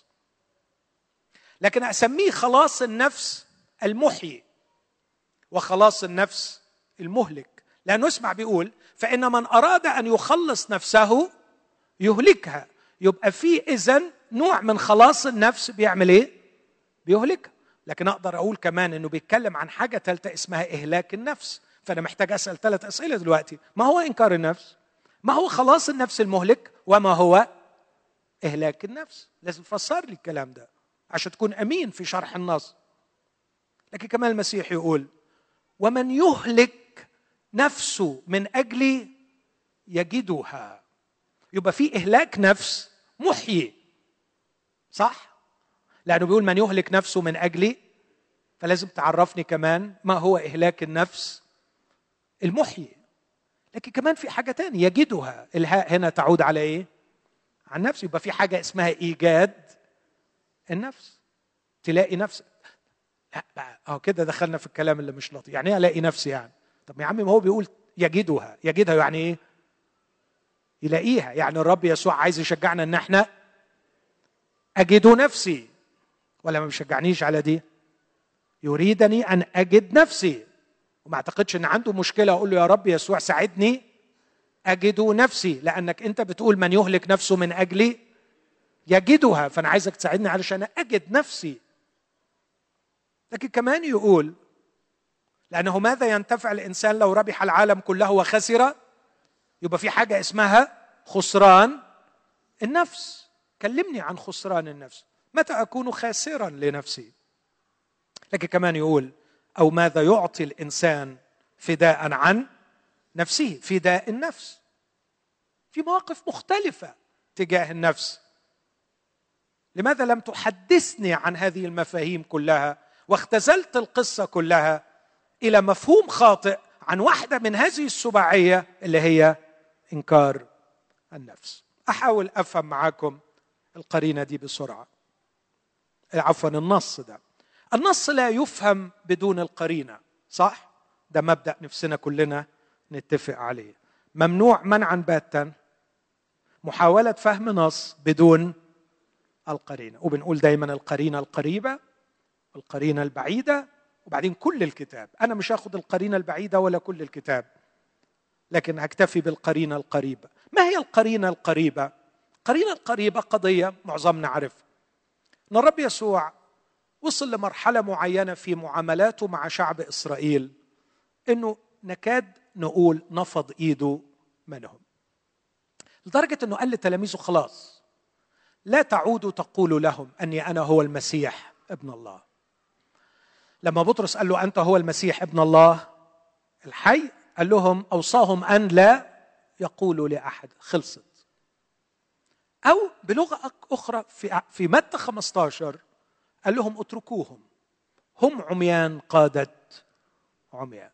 لكن أسميه خلاص النفس المحيي وخلاص النفس المهلك، لأنه اسمع بيقول: فإن من أراد أن يخلص نفسه يهلكها. يبقى في إذن نوع من خلاص النفس بيعمل إيه؟ بيهلكها. لكن أقدر أقول كمان أنه بيتكلم عن حاجة ثالثة اسمها إهلاك النفس. فأنا محتاج أسأل 3 أسئلة دلوقتي: ما هو إنكار النفس؟ ما هو خلاص النفس المهلك؟ وما هو إهلاك النفس؟ لازم تفسر لي الكلام ده عشان تكون أمين في شرح النص. لكن كمان المسيح يقول: ومن يهلك نفسه من أجلي يجدها. يبقى في إهلاك نفس محيي، صح؟ لأنه بيقول من يهلك نفسه من أجلي، فلازم تعرفني كمان ما هو إهلاك النفس المحيي. لكن كمان في حاجة تانية يجدها. الهاء هنا تعود على إيه؟ عن نفس. يبقى في حاجة اسمها إيجاد النفس. تلاقي نفسك. لا بقى كده دخلنا في الكلام اللي مش لطيف. يعني ايه الاقي نفسي يعني؟ طب يا عمي ما هو بيقول يجدها. يجدها يعني ايه؟ يلاقيها. يعني الرب يسوع عايز يشجعنا ان احنا اجد نفسي، ولا ما بيشجعنيش على دي؟ يريدني ان اجد نفسي، وما اعتقدش ان عنده مشكلة اقول له: يا رب يسوع ساعدني اجد نفسي، لانك انت بتقول من يهلك نفسه من اجلي يجدها، فانا عايزك تساعدني علشان اجد نفسي. لكن كمان يقول: لأنه ماذا ينتفع الإنسان لو ربح العالم كله وخسر؟ يبقى في حاجة اسمها خسران النفس. كلمني عن خسران النفس. متى أكون خاسرا لنفسي؟ لكن كمان يقول: أو ماذا يعطي الإنسان فداء عن نفسه؟ فداء النفس. في مواقف مختلفة تجاه النفس. لماذا لم تحدثني عن هذه المفاهيم كلها واختزلت القصة كلها إلى مفهوم خاطئ عن واحدة من هذه السباعية اللي هي إنكار النفس؟ أحاول أفهم معاكم القرينة دي بسرعة. عفوا النص ده. النص لا يفهم بدون القرينة، صح؟ ده مبدأ نفسنا كلنا نتفق عليه. ممنوع منعا باتا محاولة فهم نص بدون القرينة، وبنقول دايما القرينة القريبة والقرينة البعيدة وبعدين كل الكتاب. أنا مش هاخد القرينة البعيدة ولا كل الكتاب، لكن هكتفي بالقرينة القريبة. ما هي القرينة القريبة؟ القرينة القريبة قضية معظمنا عارفها، أن الرب يسوع وصل لمرحلة معينة في معاملاته مع شعب إسرائيل أنه نكاد نقول نفض إيده منهم، لدرجة أنه قال لتلاميذه خلاص لا تعودوا تقولوا لهم أني أنا هو المسيح ابن الله. لما بطرس قال له أنت هو المسيح ابن الله الحي، قال لهم أوصاهم أن لا يقولوا لأحد، خلصت. أو بلغة أخرى في متى 15 قال لهم اتركوهم، هم عميان قادة عميان.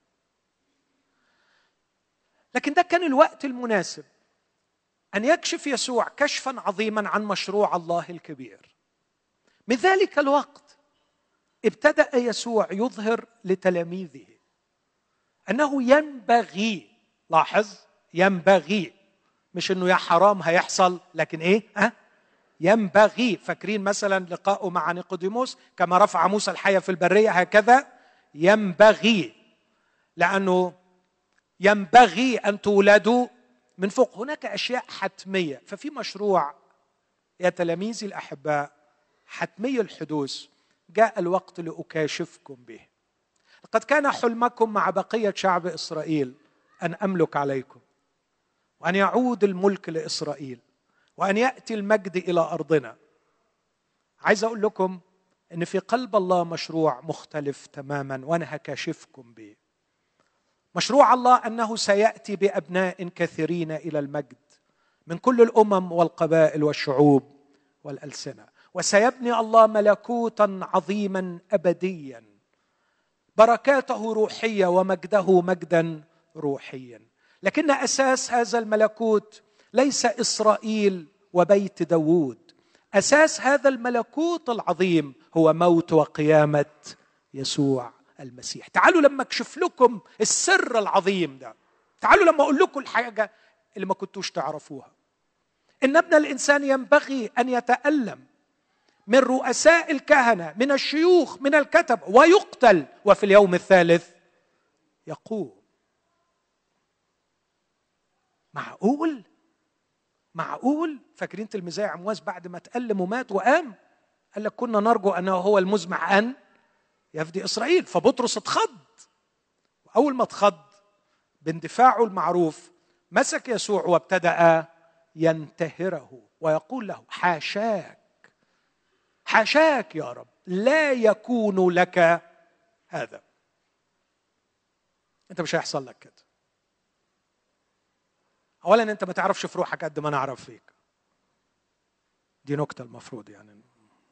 لكن ده كان الوقت المناسب أن يكشف يسوع كشفا عظيما عن مشروع الله الكبير. من ذلك الوقت ابتدأ يسوع يظهر لتلاميذه أنه ينبغي، لاحظ ينبغي، مش أنه يا حرام هيحصل، لكن ينبغي. فاكرين مثلا لقاءه مع نيقوديموس، كما رفع موسى الحية في البرية هكذا ينبغي، لأنه ينبغي أن تولدوا من فوق. هناك أشياء حتمية، ففي مشروع يا تلاميذي الأحباء حتمي الحدوث، جاء الوقت لأكاشفكم به. لقد كان حلمكم مع بقية شعب إسرائيل أن أملك عليكم، وأن يعود الملك لإسرائيل، وأن يأتي المجد إلى أرضنا. عايز أقول لكم أن في قلب الله مشروع مختلف تماما، وأنا هكاشفكم به. مشروع الله أنه سيأتي بأبناء كثيرين إلى المجد من كل الأمم والقبائل والشعوب والألسنة، وسيبني الله ملكوتا عظيما أبديا، بركاته روحية ومجده مجدا روحيا. لكن أساس هذا الملكوت ليس إسرائيل وبيت داود، أساس هذا الملكوت العظيم هو موت وقيامة يسوع المسيح. تعالوا لما أكشف لكم السر العظيم ده، تعالوا لما أقول لكم الحاجة اللي ما كنتوش تعرفوها، إن ابن الإنسان ينبغي أن يتألم من رؤساء الكهنة، من الشيوخ، من الكتب، ويقتل، وفي اليوم الثالث يقوم. معقول؟ فاكرين تلميذي عمواس بعد ما تألم ومات وقام قال لك كنا نرجو أنه هو المزمع أن يفدي إسرائيل. فبطرس اتخض، وأول ما اتخض باندفاعه المعروف مسك يسوع وابتدأ ينتهره ويقول له حاشاك يا رب، لا يكون لك هذا، انت مش هيحصل لك كده. اولا انت ما تعرفش في روحك قد ما انا اعرف فيك، دي نكته المفروض يعني.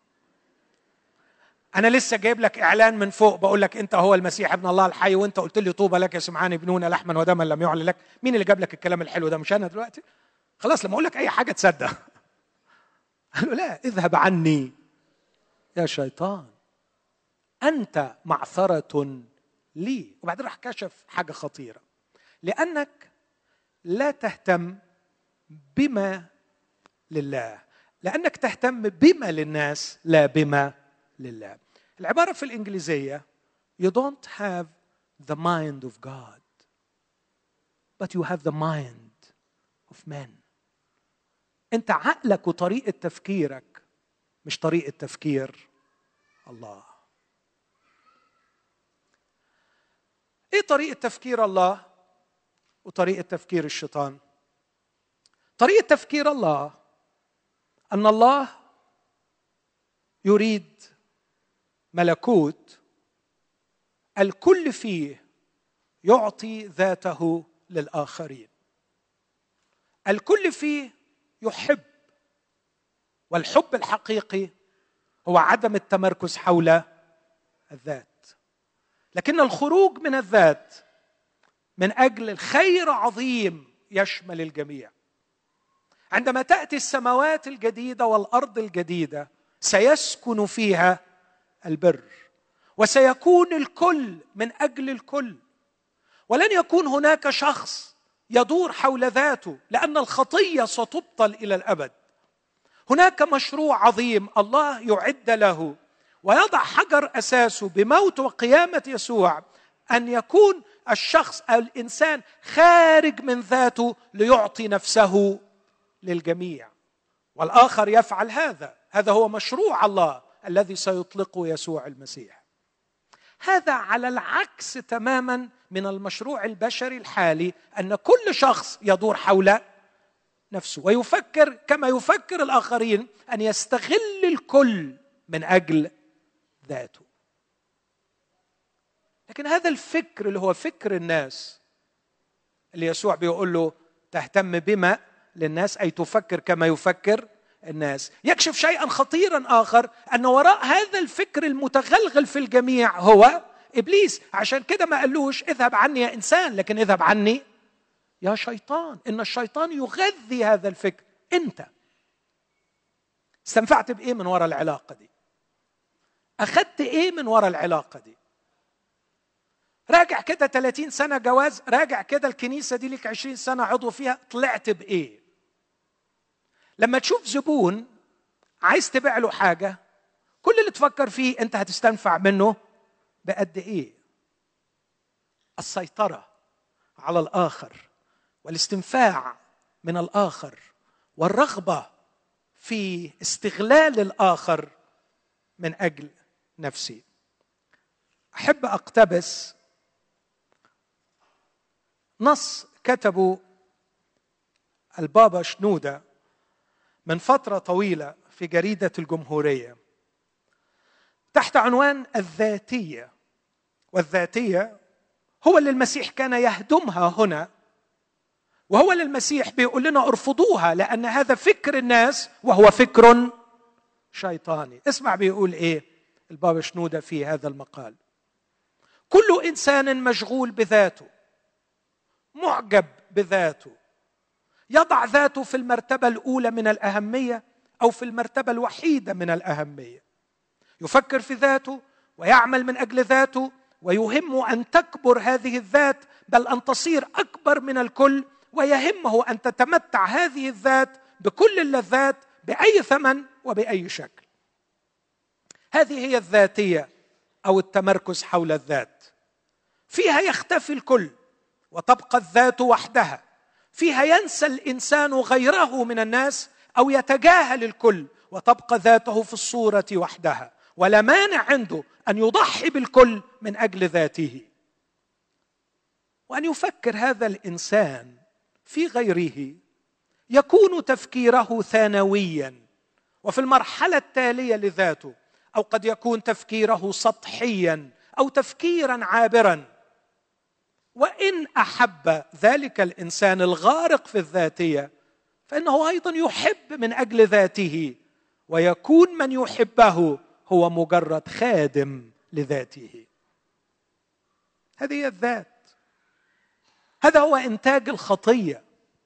انا لسه جايب لك اعلان من فوق بقول لك انت هو المسيح ابن الله الحي، وانت قلت لي طوبى لك يا سمعان ابنون لحما ودما لم يعلن لك. مين اللي جاب لك الكلام الحلو ده؟ مش انا دلوقتي؟ خلاص لما اقول لك اي حاجه تصدق. قال له لا، اذهب عني يا شيطان، أنت معثرة لي. وبعدين راح كشف حاجة خطيرة، لأنك لا تهتم بما لله، لأنك تهتم بما للناس لا بما لله. العبارة في الإنجليزية You don't have the mind of God but you have the mind of man. أنت عقلك وطريقة تفكيرك مش طريقة تفكير الله. ايه طريقة تفكير الله وطريقة تفكير الشيطان؟ طريقة تفكير الله أن الله يريد ملكوت الكل فيه يعطي ذاته للآخرين، الكل فيه يحب، والحب الحقيقي هو عدم التمركز حول الذات، لكن الخروج من الذات من أجل الخير عظيم يشمل الجميع. عندما تأتي السماوات الجديدة والأرض الجديدة سيسكن فيها البر، وسيكون الكل من أجل الكل، ولن يكون هناك شخص يدور حول ذاته، لأن الخطية ستبطل إلى الأبد. هناك مشروع عظيم الله يعد له ويضع حجر أساسه بموت وقيامة يسوع، أن يكون الشخص أو الإنسان خارج من ذاته ليعطي نفسه للجميع، والآخر يفعل هذا. هذا هو مشروع الله الذي سيطلقه يسوع المسيح. هذا على العكس تماما من المشروع البشري الحالي، أن كل شخص يدور حول نفسه ويفكر كما يفكر الآخرين، أن يستغل الكل من أجل ذاته. لكن هذا الفكر اللي هو فكر الناس، اللي يسوع بيقول له تهتم بما للناس، أي تفكر كما يفكر الناس، يكشف شيئا خطيرا آخر، أن وراء هذا الفكر المتغلغل في الجميع هو إبليس. عشان كده ما قالوش اذهب عني يا إنسان، لكن اذهب عني يا شيطان. إن الشيطان يغذي هذا الفكر. أنت استنفعت بإيه من وراء العلاقة دي؟ أخذت إيه من وراء العلاقة دي؟ راجع كده 30 سنة جواز، راجع كده الكنيسة دي لك 20 سنة عضو فيها، طلعت بإيه؟ لما تشوف زبون عايز تبيع له حاجة، كل اللي تفكر فيه أنت هتستنفع منه بقد إيه؟ السيطرة على الآخر والاستنفاع من الآخر والرغبة في استغلال الآخر من أجل نفسي. أحب أقتبس نص كتبه البابا شنودة من فترة طويلة في جريدة الجمهورية تحت عنوان الذاتية. والذاتية هو اللي المسيح كان يهدمها هنا، وهو اللي المسيح بيقول لنا ارفضوها، لأن هذا فكر الناس وهو فكر شيطاني. اسمع بيقول إيه البابا شنودة في هذا المقال: كل إنسان مشغول بذاته، معجب بذاته، يضع ذاته في المرتبة الأولى من الأهمية أو في المرتبة الوحيدة من الأهمية، يفكر في ذاته ويعمل من أجل ذاته، ويهمه أن تكبر هذه الذات، بل أن تصير أكبر من الكل، ويهمه أن تتمتع هذه الذات بكل اللذات بأي ثمن وبأي شكل. هذه هي الذاتية أو التمركز حول الذات. فيها يختفي الكل وتبقى الذات وحدها، فيها ينسى الإنسان غيره من الناس أو يتجاهل الكل وتبقى ذاته في الصورة وحدها، ولا مانع عنده أن يضحي بالكل من أجل ذاته. وأن يفكر هذا الإنسان في غيره يكون تفكيره ثانويا وفي المرحلة التالية لذاته، أو قد يكون تفكيره سطحيا أو تفكيرا عابرا. وإن أحب ذلك الإنسان الغارق في الذاتية، فإنه أيضا يحب من أجل ذاته، ويكون من يحبه هو مجرد خادم لذاته. هذه هي الذات. هذا هو إنتاج الخطية.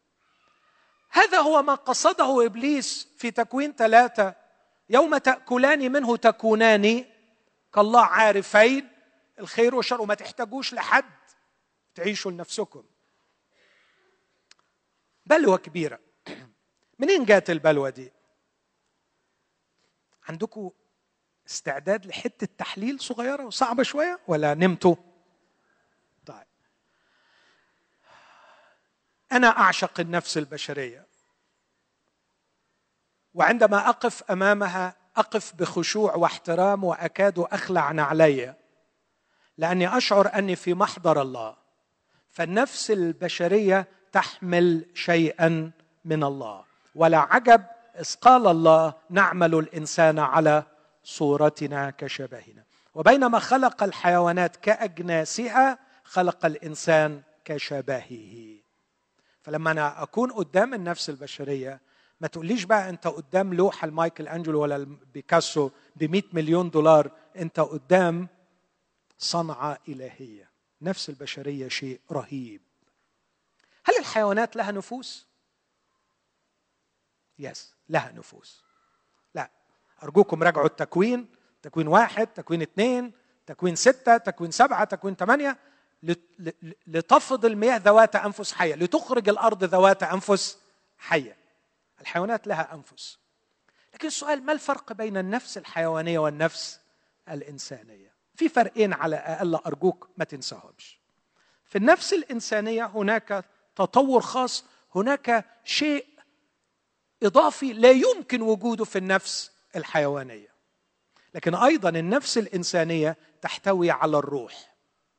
هذا هو ما قصده إبليس في تكوين 3: يوم تأكلان منه تكونان كالله عارفين الخير والشر. وما تحتاجوش لحد، تعيشوا لنفسكم. بلوى كبيرة. منين جات البلوى دي؟ عندكم استعداد لحتة تحليل صغيرة وصعبة شوية ولا نمتوا؟ طيب، أنا أعشق النفس البشرية، وعندما أقف أمامها أقف بخشوع واحترام وأكاد أخلع نعلي، لأني أشعر أني في محضر الله. فالنفس البشرية تحمل شيئا من الله، ولا عجب إذ قال الله نعمل الإنسان على صورتنا كشبهنا. وبينما خلق الحيوانات كأجناسها خلق الإنسان كشبهه. فلما أنا أكون قدام النفس البشرية، ما تقوليش بقى أنت قدام لوحة المايكل أنجلو ولا بيكاسو ب100 مليون دولار، أنت قدام صنعة إلهية. نفس البشرية شيء رهيب. هل الحيوانات لها نفوس؟ يس، لها نفوس. لا، أرجوكم راجعوا التكوين، تكوين 1، تكوين 2، تكوين 6 تكوين 7 تكوين 8 لتفض المياه ذوات أنفس حية، لتخرج الأرض ذوات أنفس حية. الحيوانات لها أنفس. لكن السؤال، ما الفرق بين النفس الحيوانية والنفس الإنسانية؟ في فرقين على الأقل أرجوك ما تنساهمش. في النفس الإنسانية هناك تطور خاص، هناك شيء إضافي لا يمكن وجوده في النفس الحيوانية. لكن أيضا النفس الإنسانية تحتوي على الروح.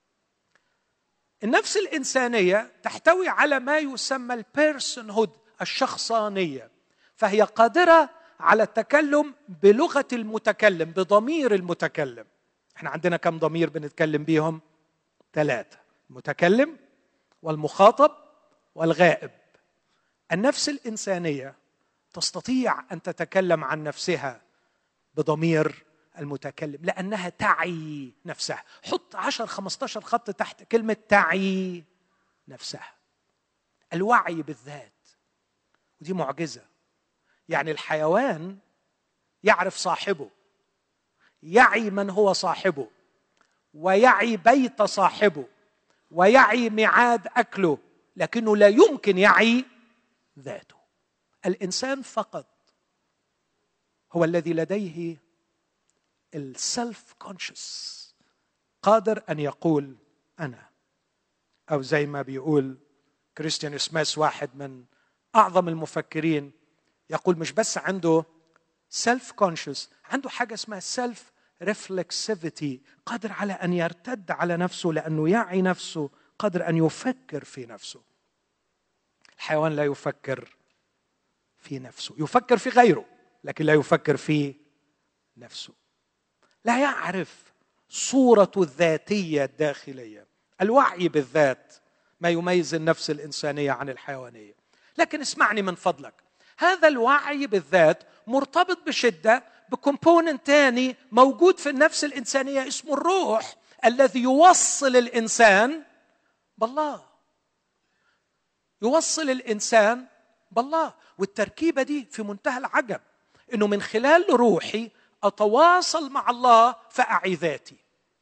النفس الإنسانية تحتوي على ما يسمى البيرسون هود، الشخصانية، فهي قادرة على التكلم بلغة المتكلم، بضمير المتكلم. احنا عندنا كم ضمير بنتكلم بيهم؟ 3: المتكلم والمخاطب والغائب. النفس الإنسانية تستطيع أن تتكلم عن نفسها بضمير المتكلم لأنها تعي نفسها. حط 10-15 خط تحت كلمة تعي نفسها. الوعي بالذات، ودي معجزة. يعني الحيوان يعرف صاحبه، يعي من هو صاحبه، ويعي بيت صاحبه، ويعي ميعاد أكله، لكنه لا يمكن يعي ذاته. الإنسان فقط هو الذي لديه السلف كونشس، قادر أن يقول أنا. أو زي ما بيقول كريستيان سميث، واحد من أعظم المفكرين، يقول مش بس عنده سلف كونشس، عنده حاجة اسمها سلف ريفلكسيفيتي، قادر على أن يرتد على نفسه لأنه يعي نفسه، قادر أن يفكر في نفسه. الحيوان لا يفكر في نفسه، يفكر في غيره لكن لا يفكر في نفسه. لا يعرف صورته الذاتية الداخلية. الوعي بالذات ما يميز النفس الإنسانية عن الحيوانية. لكن اسمعني من فضلك، هذا الوعي بالذات مرتبط بشدة بكومبوننت تاني موجود في النفس الإنسانية اسمه الروح، الذي يوصل الإنسان بالله، يوصل الإنسان بالله. والتركيبة دي في منتهى العجب، إنه من خلال روحي أتواصل مع الله فأعي ذاتي.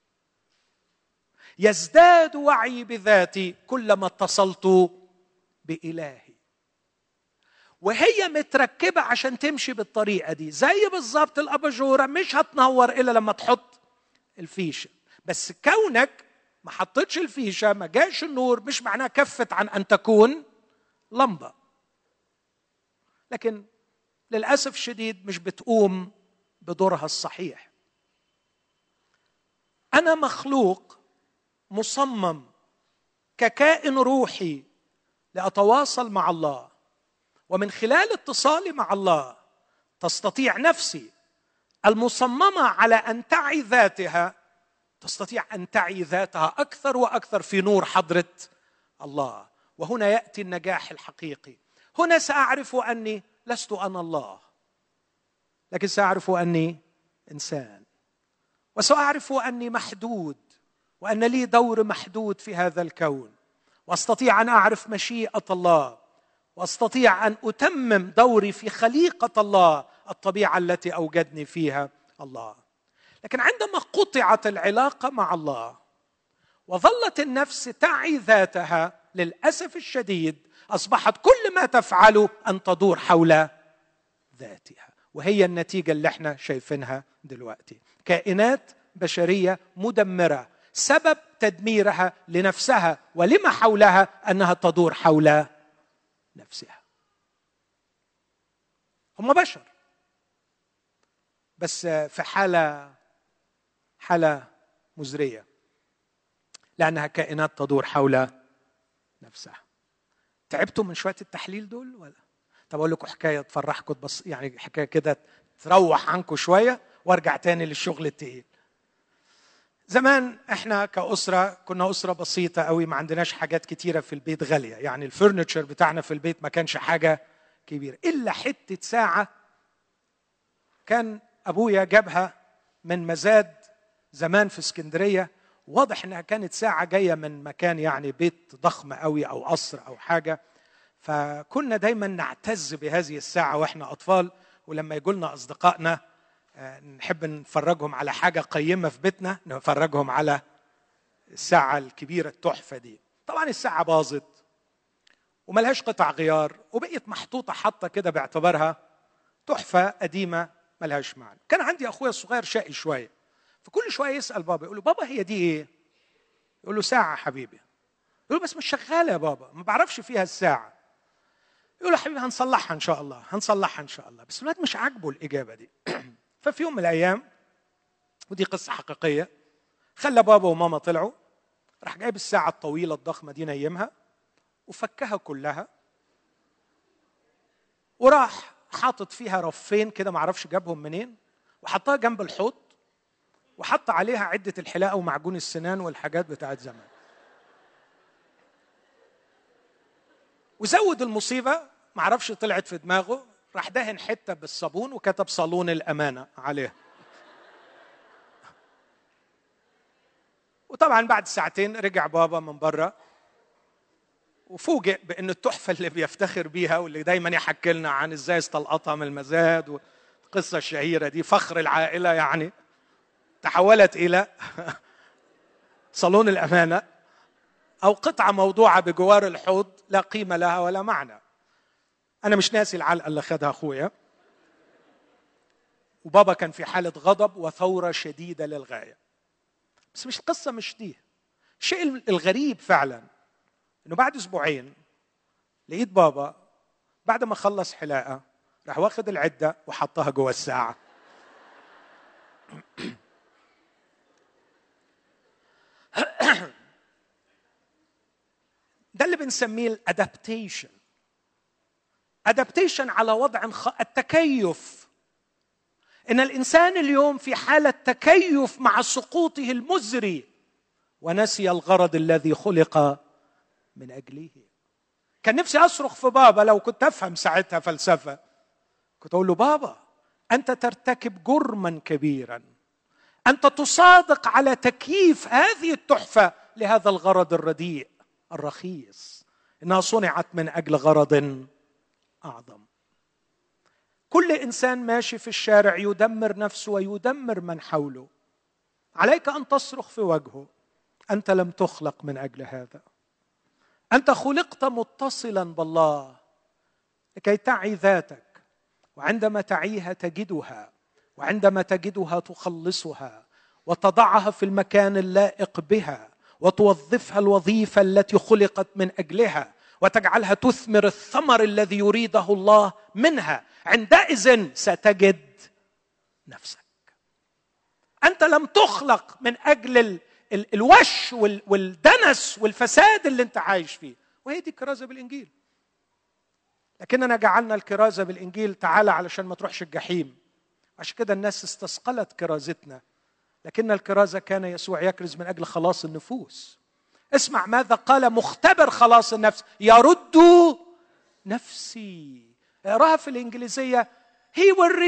يزداد وعي بذاتي كلما اتصلت بإلهي. وهي متركبة عشان تمشي بالطريقة دي، زي بالضبط الأباجورة مش هتنور إلا لما تحط الفيشة. بس كونك ما حطيتش الفيشة، ما جاش النور، مش معناه كفت عن أن تكون لمبة. لكن للأسف الشديد مش بتقوم بدورها الصحيح. أنا مخلوق مصمم ككائن روحي لأتواصل مع الله، ومن خلال اتصالي مع الله تستطيع نفسي المصممة على أن تعي ذاتها، تستطيع أن تعي ذاتها أكثر وأكثر في نور حضرة الله. وهنا يأتي النجاح الحقيقي. هنا سأعرف أني لست أنا الله، لكن سأعرف أني إنسان، وسأعرف أني محدود، وأن لي دور محدود في هذا الكون، وأستطيع أن أعرف مشيئة الله، وأستطيع أن أتمم دوري في خليقة الله، الطبيعة التي أوجدني فيها الله. لكن عندما قطعت العلاقة مع الله وظلت النفس تعي ذاتها، للأسف الشديد أصبحت كل ما تفعله أن تدور حول ذاتها. وهي النتيجة اللي احنا شايفينها دلوقتي. كائنات بشرية مدمرة، سبب تدميرها لنفسها ولما حولها أنها تدور حول نفسها. هم بشر بس في حالة مزرية، لأنها كائنات تدور حول نفسها. تعبتوا من شوية التحليل دول ولا؟ طب أقول لكم حكاية تفرحكم، بس يعني حكاية كده تروح عنكم شوية وارجع تاني للشغل التقيل. زمان احنا كأسرة كنا أسرة بسيطة قوي، ما عندناش حاجات كتيرة في البيت غالية، يعني الفرنتشر بتاعنا في البيت ما كانش حاجة كبيرة إلا حتة ساعة كان أبويا جابها من مزاد زمان في اسكندرية. واضح انها كانت ساعة جاية من مكان يعني بيت ضخم قوي او قصر او حاجة، فكنا دايما نعتز بهذه الساعة واحنا اطفال. ولما يقولنا اصدقائنا نحب نفرجهم على حاجة قيمة في بيتنا، نفرجهم على الساعة الكبيرة التحفة دي. طبعا الساعة باظت وملهاش قطع غيار وبقيت محطوطة حطة كده باعتبارها تحفة قديمة ملهاش معنى. كان عندي أخويا الصغير شقي شوية، فكل شوية يسأل بابا، يقول له بابا هي دي إيه؟ يقول له ساعة حبيبي. يقول له بس مش شغالة يا بابا، ما بعرفش فيها الساعة. يقول له حبيبي هنصلحها إن شاء الله، هنصلحها إن شاء الله. بس الولاد مش عاجبه الإجابة دي. ففي يوم من الأيام، ودي قصة حقيقية، خلى بابا وماما طلعوا، راح جايب الساعة الطويلة الضخمة دي نيمها وفكها كلها، وراح حاطط فيها رفين كده معرفش جابهم منين، وحطها جنب الحوض، وحط عليها عدة الحلاقة ومعجون السنان والحاجات بتاعت زمان. وزود المصيبة، معرفش طلعت في دماغه، راح دهن حتة بالصابون وكتب صالون الأمانة عليها. وطبعا بعد ساعتين رجع بابا من بره وفوجئ بأن التحفة اللي بيفتخر بيها واللي دايما يحكي لنا عن ازاي استلقطها من المزاد والقصة الشهيرة دي، فخر العائلة يعني، تحولت إلى صالون الأمانة أو قطعة موضوعة بجوار الحوض لا قيمة لها ولا معنى. أنا مش ناسي العلقة اللي خدها أخويا، وبابا كان في حالة غضب وثورة شديدة للغاية. بس مش القصة مش دي. الشيء الغريب فعلا إنه بعد أسبوعين لقيت بابا بعد ما خلص حلاقة راح واخد العدة وحطها جوه الساعة. ده اللي بنسميه الادابتيشن. ادابتيشن على وضع التكيف. إن الإنسان اليوم في حالة تكيف مع سقوطه المزري ونسي الغرض الذي خلق من أجله. كان نفسي أصرخ في بابا لو كنت أفهم ساعتها فلسفة، كنت أقول له بابا أنت ترتكب جرما كبيرا، أنت تصادق على تكييف هذه التحفة لهذا الغرض الرديء الرخيص، إنها صنعت من أجل غرض أعظم. كل إنسان ماشي في الشارع يدمر نفسه ويدمر من حوله، عليك أن تصرخ في وجهه أنت لم تخلق من أجل هذا. أنت خلقت متصلا بالله لكي تعي ذاتك، وعندما تعيها تجدها، وعندما تجدها تخلصها وتضعها في المكان اللائق بها وتوظفها الوظيفة التي خلقت من أجلها وتجعلها تثمر الثمر الذي يريده الله منها. عندئذ ستجد نفسك. أنت لم تخلق من أجل الوش والدنس والفساد اللي أنت عايش فيه، وهي دي الكرازة بالإنجيل. لكننا جعلنا الكرازة بالإنجيل تعالى علشان ما تروحش الجحيم، عشان كده الناس استثقلت كرازتنا. لكن الكرازة كان يسوع يكرز من أجل خلاص النفوس. اسمع ماذا قال مختبر خلاص النفس: يرد نفسي. اقراها في الإنجليزية: He will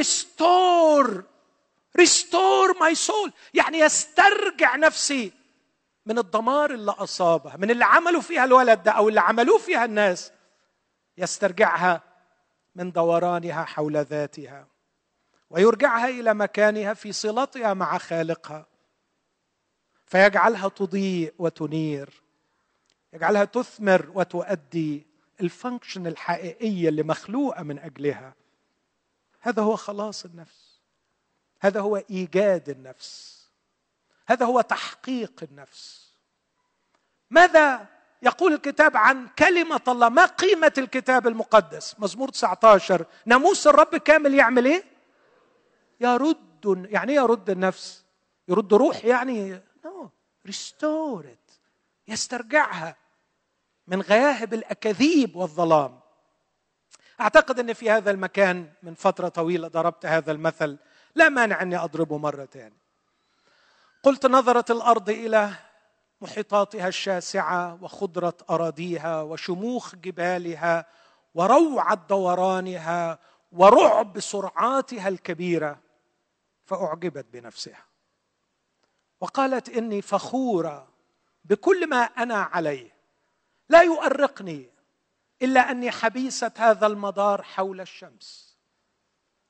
restore my soul، يعني يسترجع نفسي من الدمار اللي أصابها، من اللي عملوا فيها الولد ده أو اللي عملوه فيها الناس، يسترجعها من دورانها حول ذاتها ويرجعها إلى مكانها في صلتها مع خالقها، فيجعلها تضيء وتنير، يجعلها تثمر وتؤدي الفانكشن الحقيقية اللي مخلوقة من أجلها. هذا هو خلاص النفس، هذا هو إيجاد النفس، هذا هو تحقيق النفس. ماذا يقول الكتاب عن كلمة الله؟ ما قيمة الكتاب المقدس؟ مزمور 19: ناموس الرب كامل يعمل إيه؟ يرد. يعني إيه يرد النفس؟ يرد روح يعني؟ no. restore it، يسترجعها من غياهب الأكاذيب والظلام. أعتقد أن في هذا المكان من فترة طويلة ضربت هذا المثل، لا مانع أني أضربه مرة تانية. قلت: نظرت الأرض إلى محيطاتها الشاسعة وخضرة أراضيها وشموخ جبالها وروعة دورانها ورعب سرعاتها الكبيرة، فأعجبت بنفسها وقالت: إني فخورة بكل ما أنا عليه، لا يؤرقني إلا أني حبيسة هذا المدار حول الشمس.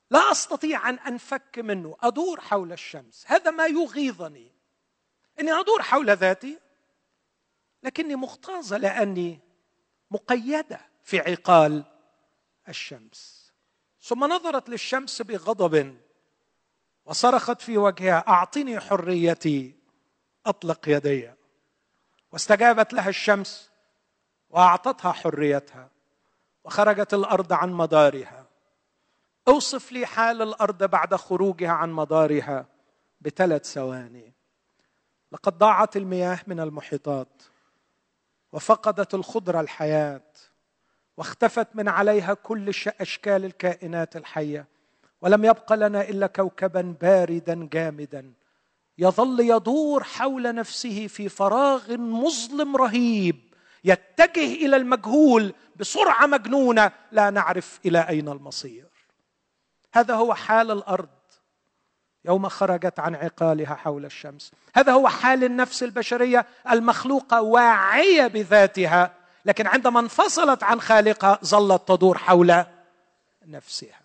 لا أستطيع أن أنفك منه، أدور حول الشمس. هذا ما يغيظني، أني أدور حول ذاتي لكني مغتاظة لأني مقيدة في عقال الشمس. ثم نظرت للشمس بغضب وصرخت في وجهها: أعطني حريتي أطلق يدي. واستجابت لها الشمس وأعطتها حريتها، وخرجت الأرض عن مدارها. أوصف لي حال الأرض بعد خروجها عن مدارها ب3 ثواني. لقد ضاعت المياه من المحيطات، وفقدت الخضرة الحياة، واختفت من عليها كل أشكال الكائنات الحية، ولم يبق لنا إلا كوكبا باردا جامدا يظل يدور حول نفسه في فراغ مظلم رهيب، يتجه إلى المجهول بسرعة مجنونة، لا نعرف إلى أين المصير. هذا هو حال الأرض يوم خرجت عن عقالها حول الشمس. هذا هو حال النفس البشرية المخلوقة، واعية بذاتها، لكن عندما انفصلت عن خالقها ظلت تدور حول نفسها.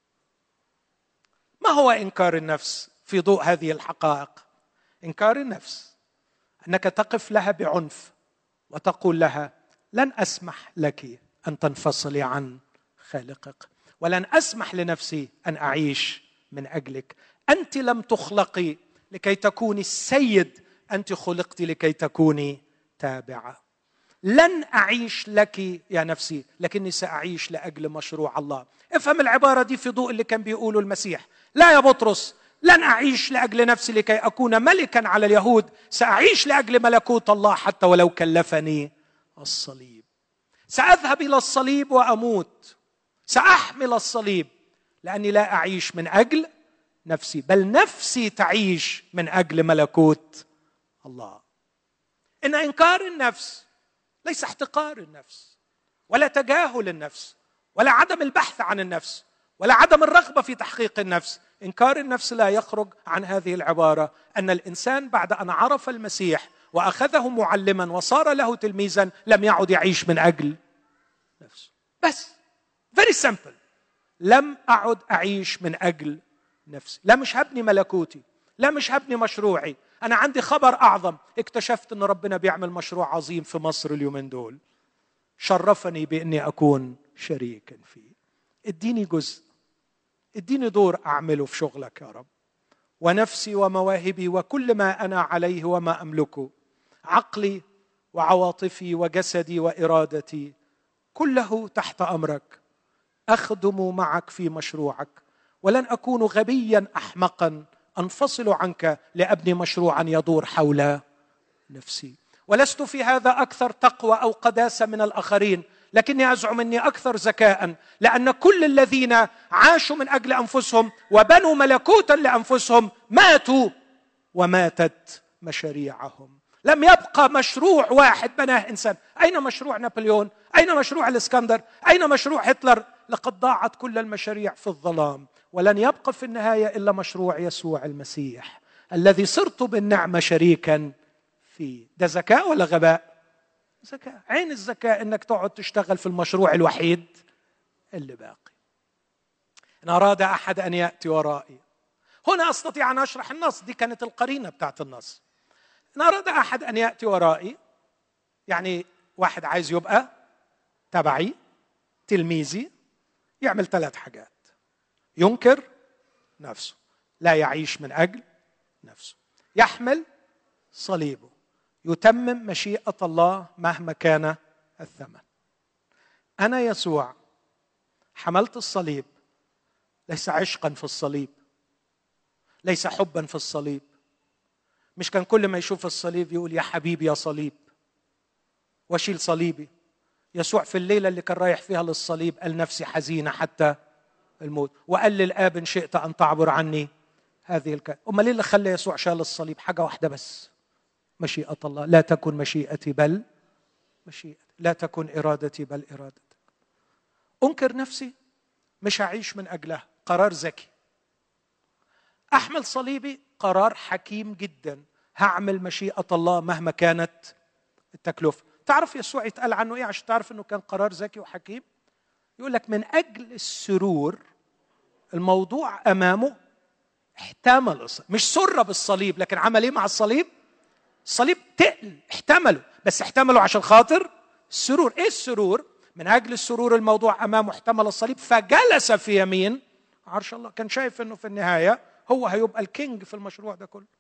ما هو إنكار النفس في ضوء هذه الحقائق؟ إنكار النفس أنك تقف لها بعنف وتقول لها: لن أسمح لك أن تنفصلي عن خالقك، ولن أسمح لنفسي أن أعيش من أجلك. أنت لم تخلقي لكي تكوني السيد، أنت خلقتي لكي تكوني تابعة. لن أعيش لك يا نفسي، لكني سأعيش لأجل مشروع الله. افهم العبارة دي في ضوء اللي كان بيقوله المسيح: لا يا بطرس، لن أعيش لأجل نفسي لكي أكون ملكا على اليهود، سأعيش لأجل ملكوت الله حتى ولو كلفني الصليب. سأذهب إلى الصليب وأموت، سأحمل الصليب، لأني لا أعيش من أجل نفسي، بل نفسي تعيش من أجل ملكوت الله. إن إنكار النفس ليس احتقار النفس، ولا تجاهل النفس، ولا عدم البحث عن النفس، ولا عدم الرغبة في تحقيق النفس. إنكار النفس لا يخرج عن هذه العبارة: أن الإنسان بعد أن عرف المسيح وأخذه معلما وصار له تلميذا لم يعد يعيش من أجل نفسه. بس very simple. لم أعد أعيش من أجل نفسي. لا، مش هبني ملكوتي، لا مش هبني مشروعي. أنا عندي خبر أعظم، اكتشفت أن ربنا بيعمل مشروع عظيم في مصر اليومين دول، شرفني بأني أكون شريكا فيه. اديني جزء، اديني دور أعمله في شغلك يا رب، ونفسي ومواهبي وكل ما أنا عليه وما أملكه، عقلي وعواطفي وجسدي وإرادتي، كله تحت أمرك. أخدم معك في مشروعك، ولن أكون غبيا أحمقا أنفصل عنك لأبني مشروعا يدور حول نفسي. ولست في هذا أكثر تقوى أو قداسة من الآخرين، لكني أزعم أني أكثر ذكاء، لأن كل الذين عاشوا من أجل أنفسهم وبنوا ملكوتا لأنفسهم ماتوا وماتت مشاريعهم. لم يبقى مشروع واحد بناه إنسان. أين مشروع نابليون؟ أين مشروع الإسكندر؟ أين مشروع هتلر؟ لقد ضاعت كل المشاريع في الظلام، ولن يبقى في النهاية إلا مشروع يسوع المسيح الذي صرت بالنعمة شريكا فيه. ده ذكاء ولا غباء؟ ذكاء. عين الذكاء إنك تقعد تشتغل في المشروع الوحيد اللي باقي. إن أراد أحد أن يأتي ورائي، هنا أستطيع أن أشرح النص، دي كانت القرينة بتاعت النص. إن أراد أحد أن يأتي ورائي، يعني واحد عايز يبقى تبعي تلميذي، يعمل 3 حاجات: ينكر نفسه، لا يعيش من أجل نفسه، يحمل صليبه، يتمم مشيئة الله مهما كان الثمن. أنا يسوع حملت الصليب، ليس عشقا في الصليب، ليس حبا في الصليب. مش كان كل ما يشوف الصليب يقول: يا حبيبي يا صليب، واشيل صليبي. يسوع في الليلة اللي كان رايح فيها للصليب قال: نفسي حزينة حتى الموت، وقال للآب: إن شئت أن تعبر عني هذه الكأس. أما ليه اللي خلى يسوع شال الصليب؟ حاجة واحدة بس: مشيئة الله. لا تكن مشيئتي بل مشيئتي، لا تكن إرادتي بل إرادتك. أنكر نفسي، مش هعيش من أجلها، قرار ذكي. أحمل صليبي، قرار حكيم جدا، هعمل مشيئة الله مهما كانت التكلفة. تعرف يسوع يتقال عنه إيه عشان تعرف أنه كان قرار ذكي وحكيم؟ يقول لك: من أجل السرور الموضوع أمامه احتمل الصليب. مش سر بالصليب، لكن عمل ايه مع الصليب؟ الصليب تقل، احتمله، بس احتمله عشان خاطر السرور. ايه السرور؟ من اجل السرور الموضوع امامه احتمل الصليب فجلس في يمين عرش الله. كان شايف انه في النهايه هو هيبقى الكينج في المشروع ده كله.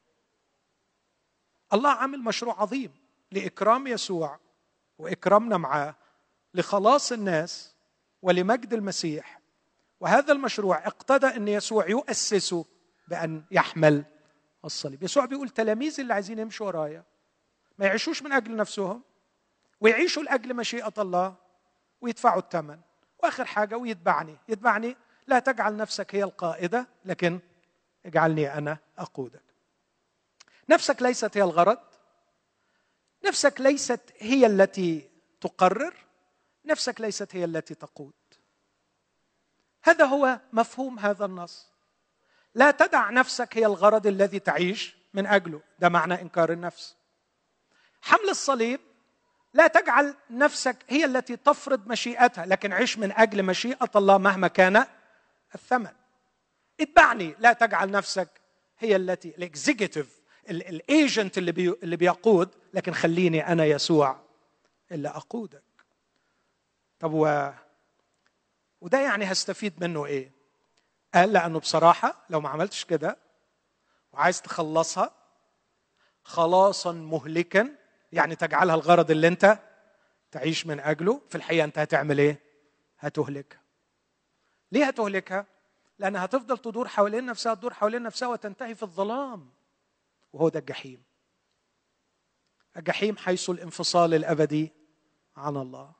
الله عامل مشروع عظيم لاكرام يسوع واكرامنا معاه، لخلاص الناس ولمجد المسيح. وهذا المشروع اقتضى ان يسوع يؤسسه بان يحمل الصليب. يسوع بيقول تلاميذ اللي عايزين يمشوا ورايا ما يعيشوش من اجل نفسهم، ويعيشوا لاجل مشيئه الله، ويدفعوا الثمن. واخر حاجه ويتبعني لا تجعل نفسك هي القائده، لكن اجعلني انا اقودك. نفسك ليست هي الغرض، نفسك ليست هي التي تقرر، نفسك ليست هي التي تقود. هذا هو مفهوم هذا النص. لا تدع نفسك هي الغرض الذي تعيش من أجله، ده معنى إنكار النفس. حمل الصليب لا تجعل نفسك هي التي تفرض مشيئتها، لكن عيش من أجل مشيئة الله مهما كان الثمن. اتبعني، لا تجعل نفسك هي التي الاكزيكتيف الايجنت اللي بيقود، لكن خليني أنا يسوع اللي أقودك. طب وده يعني هستفيد منه إيه؟ قال لأنه بصراحة لو ما عملتش كده وعايز تخلصها خلاصا مهلكا، يعني تجعلها الغرض اللي انت تعيش من أجله، في الحقيقة انت هتعمل ايه؟ هتهلكها. ليه هتهلكها؟ لأنها هتفضل تدور حوالين نفسها وتنتهي في الظلام، وهو ده الجحيم. الجحيم حيث الانفصال الأبدي عن الله.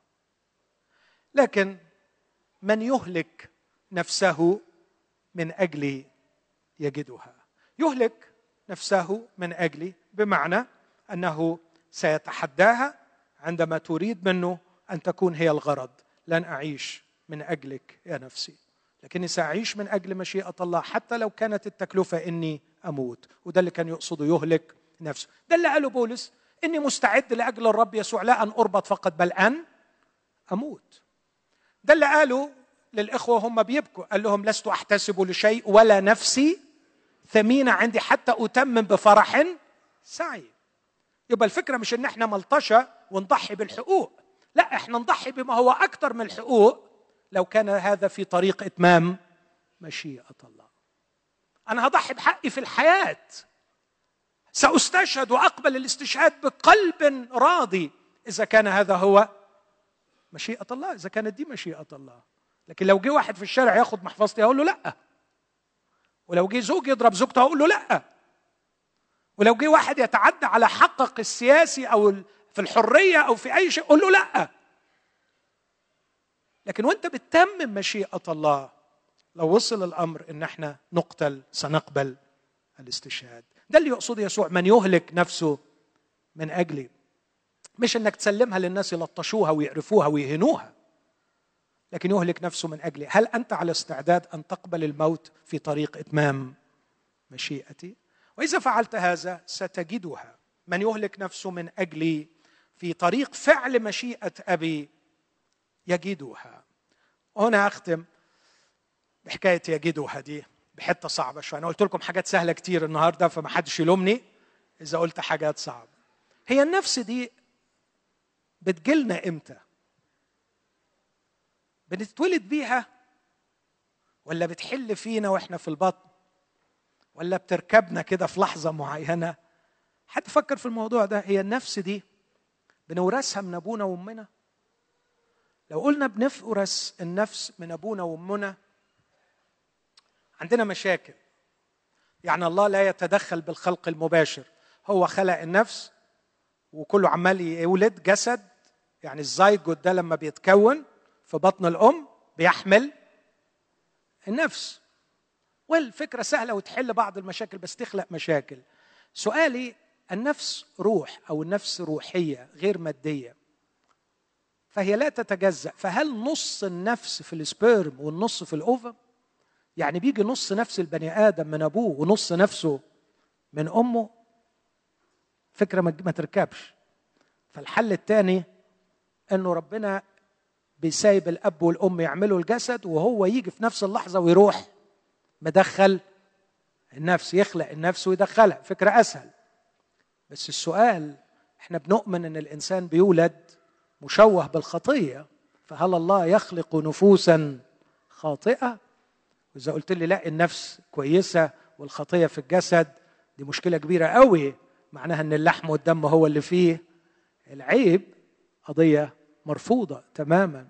لكن من يهلك نفسه من أجلي يجدها. يهلك نفسه من أجلي بمعنى أنه سيتحداها عندما تريد منه أن تكون هي الغرض. لن أعيش من أجلك يا نفسي، لكني سأعيش من أجل مشيئة الله حتى لو كانت التكلفة إني أموت. وده اللي كان يقصده يهلك نفسه. ده اللي قاله بولس، إني مستعد لأجل الرب يسوع لا أن أربط فقط بل أن أموت. ده اللي قاله للإخوة هم بيبكوا، قال لهم لست أحتسب لشيء ولا نفسي ثمينة عندي حتى أتمم بفرح سعي. يبقى الفكرة مش إن احنا ملطشة ونضحي بالحقوق، لا، احنا نضحي بما هو أكتر من الحقوق لو كان هذا في طريق إتمام مشيئة الله. أنا هضحي بحقي في الحياة، سأستشهد وأقبل الاستشهاد بقلب راضي إذا كان هذا هو مشيئة الله، إذا كانت دي مشيئة الله. لكن لو جه واحد في الشارع ياخد محفظتي أقول له لأ، ولو جه زوج يضرب زوجته أقول له لأ، ولو جه واحد يتعدى على حقك السياسي أو في الحرية أو في أي شيء أقول له لأ. لكن وانت بتتمم مشيئة الله، لو وصل الأمر إن احنا نقتل سنقبل الاستشهاد. ده اللي يقصده يسوع، من يهلك نفسه من أجلي. مش إنك تسلمها للناس يلطشوها ويعرفوها ويهنوها، لكن يهلك نفسه من أجلي. هل أنت على استعداد أن تقبل الموت في طريق إتمام مشيئتي؟ وإذا فعلت هذا ستجدها. من يهلك نفسه من أجلي في طريق فعل مشيئة أبي يجدها. هنا أختم بحكاية يجدها دي بحتة صعبة شوية. أنا قلت لكم حاجات سهلة كتير النهاردة، فما حدش يلومني إذا قلت حاجات صعبة. هي النفس دي بتجيلنا إمتى؟ بنتولد بيها ولا بتحل فينا وإحنا في البطن، ولا بتركبنا كده في لحظة معينة؟ حد فكر في الموضوع ده؟ هي النفس دي بنورثها من أبونا وأمنا؟ لو قلنا بنورث النفس من أبونا وأمنا عندنا مشاكل. يعني الله لا يتدخل بالخلق المباشر، هو خلق النفس وكله عمال يولد جسد. يعني الزيجوت ده لما بيتكون في بطن الأم بيحمل النفس، والفكرة سهلة وتحل بعض المشاكل بس تخلق مشاكل. سؤالي، النفس روح أو النفس روحية غير مادية، فهي لا تتجزأ، فهل نص النفس في السبيرم والنص في الأوفم؟ يعني بيجي نص نفس البني آدم من أبوه ونص نفسه من أمه؟ فكرة ما تركبش. فالحل الثاني أنه ربنا بيسايب الأب والأم يعملوا الجسد، وهو يجي في نفس اللحظة ويروح مدخل النفس، يخلق النفس ويدخلها، فكرة أسهل. بس السؤال، احنا بنؤمن ان الإنسان بيولد مشوه بالخطية، فهل الله يخلق نفوسا خاطئة؟ وإذا قلت لي لا النفس كويسة والخطية في الجسد، دي مشكلة كبيرة قوي، معناها ان اللحم والدم هو اللي فيه العيب، قضية مرفوضة تماما.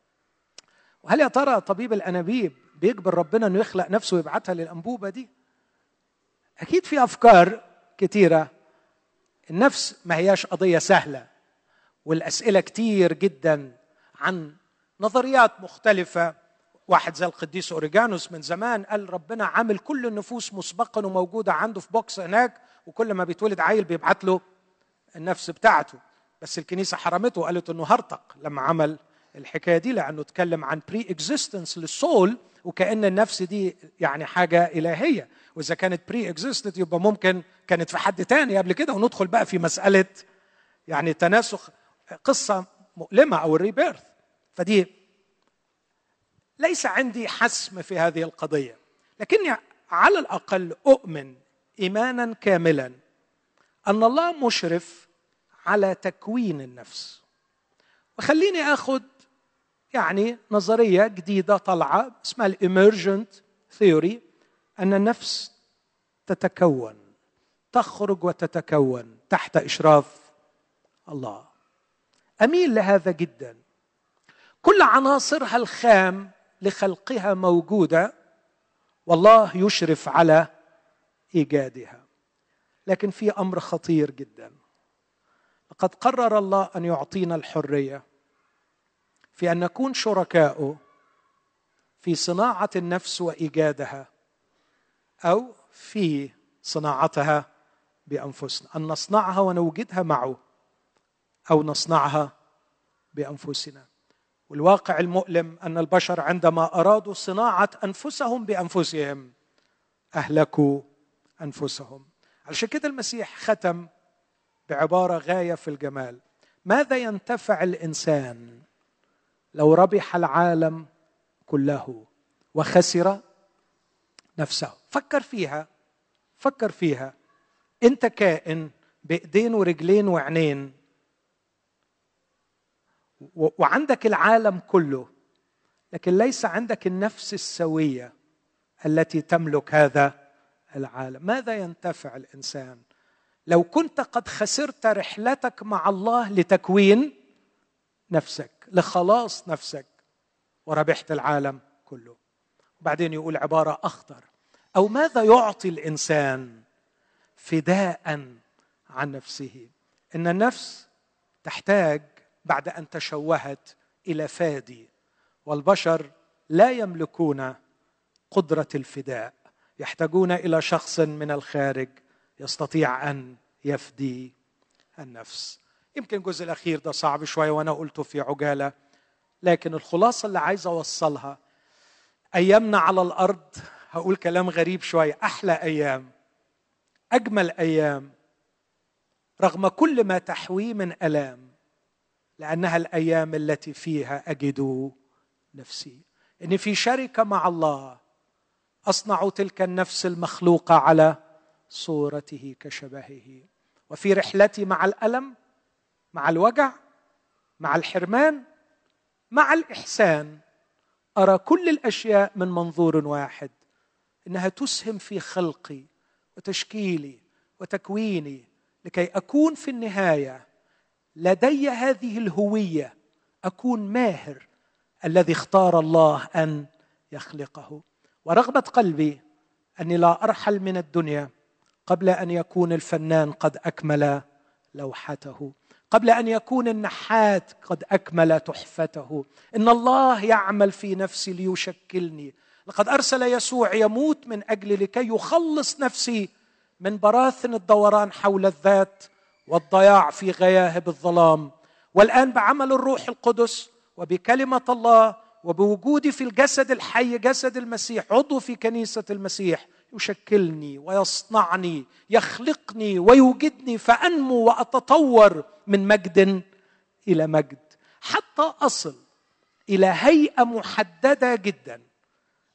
وهل يا ترى طبيب الأنابيب بيجبر ربنا انه يخلق نفسه ويبعتها للأنبوبة دي؟ أكيد في أفكار كتيرة. النفس ما هياش قضية سهلة، والأسئلة كتير جدا عن نظريات مختلفة. واحد زي القديس أوريجانوس من زمان قال ربنا عامل كل النفوس مسبقا وموجودة عنده في بوكس هناك، وكل ما بيتولد عيل بيبعت له النفس بتاعته. بس الكنيسة حرمته وقالت انه هرطق لما عمل الحكاية دي، لأنه اتكلم عن بري اكزيستنس للسول، وكأن النفس دي يعني حاجة إلهية، وإذا كانت بري اكزيستنت يبقى ممكن كانت في حد تاني قبل كده، وندخل بقى في مسألة يعني تناسخ، قصة مؤلمة أو الريبيرث. فدي ليس عندي حسم في هذه القضية، لكني على الأقل أؤمن إيمانا كاملا أن الله مشرف على تكوين النفس. وخليني أخذ يعني نظرية جديدة طلعة اسمها الإيمرجنت ثيوري، أن النفس تتكون، تخرج وتتكون تحت إشراف الله. أميل لهذا جدا. كل عناصرها الخام لخلقها موجودة، والله يشرف على إيجادها. لكن في أمر خطير جدا، لقد قرر الله أن يعطينا الحرية في أن نكون شركاؤه في صناعة النفس وإيجادها، أو في صناعتها بأنفسنا، أن نصنعها ونوجدها معه، أو نصنعها بأنفسنا. والواقع المؤلم أن البشر عندما أرادوا صناعة أنفسهم بأنفسهم أهلكوا أنفسهم. علشان كده المسيح ختم بعبارة غاية في الجمال: ماذا ينتفع الإنسان لو ربح العالم كله وخسر نفسه؟ فكر فيها. أنت كائن بإيدين ورجلين وعينين، وعندك العالم كله، لكن ليس عندك النفس السوية التي تملك هذا العالم. ماذا ينتفع الإنسان لو كنت قد خسرت رحلتك مع الله لتكوين نفسك، لخلاص نفسك، وربحت العالم كله؟ وبعدين يقول عبارة أخطر: أو ماذا يعطي الإنسان فداء عن نفسه؟ إن النفس تحتاج بعد أن تشوهت إلى فادي، والبشر لا يملكون قدرة الفداء، يحتاجون إلى شخص من الخارج يستطيع أن يفدي النفس. يمكن الجزء الأخير ده صعب شوية وأنا قلته في عجالة، لكن الخلاصة اللي عايز أوصلها: أيامنا على الأرض، هقول كلام غريب شوية، أحلى أيام، أجمل أيام، رغم كل ما تحويه من ألام، لأنها الأيام التي فيها أجد نفسي، إني في شركة مع الله، أصنع تلك النفس المخلوقة على صورته كشبهه. وفي رحلتي مع الألم، مع الوجع، مع الحرمان، مع الإحسان، أرى كل الأشياء من منظور واحد، إنها تسهم في خلقي وتشكيلي وتكويني، لكي أكون في النهاية لدي هذه الهوية، أكون ماهر الذي اختار الله أن يخلقه. ورغبة قلبي أني لا أرحل من الدنيا قبل أن يكون الفنان قد أكمل لوحته، قبل أن يكون النحات قد أكمل تحفته. إن الله يعمل في نفسي ليشكلني. لقد أرسل يسوع يموت من أجل لكي يخلص نفسي من براثن الدوران حول الذات والضياع في غياهب الظلام. والآن بعمل الروح القدس وبكلمة الله وبوجودي في الجسد الحي، جسد المسيح، عضو في كنيسة المسيح، يشكلني ويصنعني، يخلقني ويوجدني، فأنمو وأتطور من مجد إلى مجد، حتى أصل إلى هيئة محددة جدا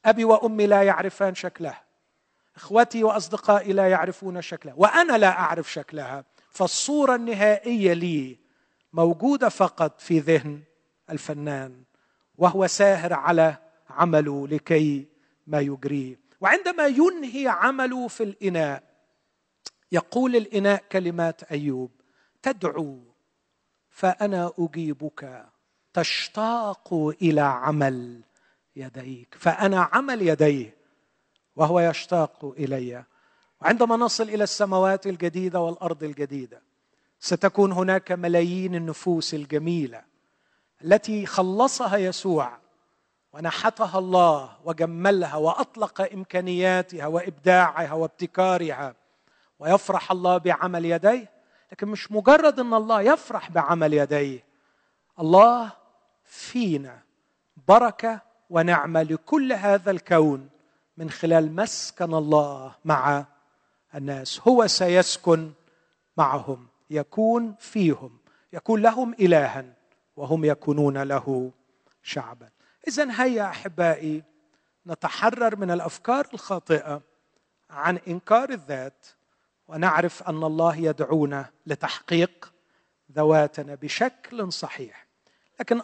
أبي وأمي لا يعرفان شكلها، إخوتي وأصدقائي لا يعرفون شكلها، وأنا لا أعرف شكلها. فالصورة النهائية لي موجودة فقط في ذهن الفنان، وهو ساهر على عمله لكي ما يجريه. وعندما ينهي عمله في الإناء، يقول الإناء كلمات أيوب: تدعو فأنا أجيبك، تشتاق إلى عمل يديك. فأنا عمل يديه وهو يشتاق إلي. وعندما نصل إلى السماوات الجديدة والأرض الجديدة، ستكون هناك ملايين النفوس الجميلة التي خلصها يسوع ونحتها الله وجملها وأطلق إمكانياتها وإبداعها وابتكارها، ويفرح الله بعمل يديه. لكن مش مجرد أن الله يفرح بعمل يديه، الله فينا بركة ونعمة لكل هذا الكون من خلال مسكن الله مع الناس. هو سيسكن معهم، يكون فيهم، يكون لهم إلها وهم يكونون له شعبا. إذن هيا أحبائي نتحرر من الأفكار الخاطئة عن إنكار الذات، ونعرف أن الله يدعونا لتحقيق ذواتنا بشكل صحيح. لكن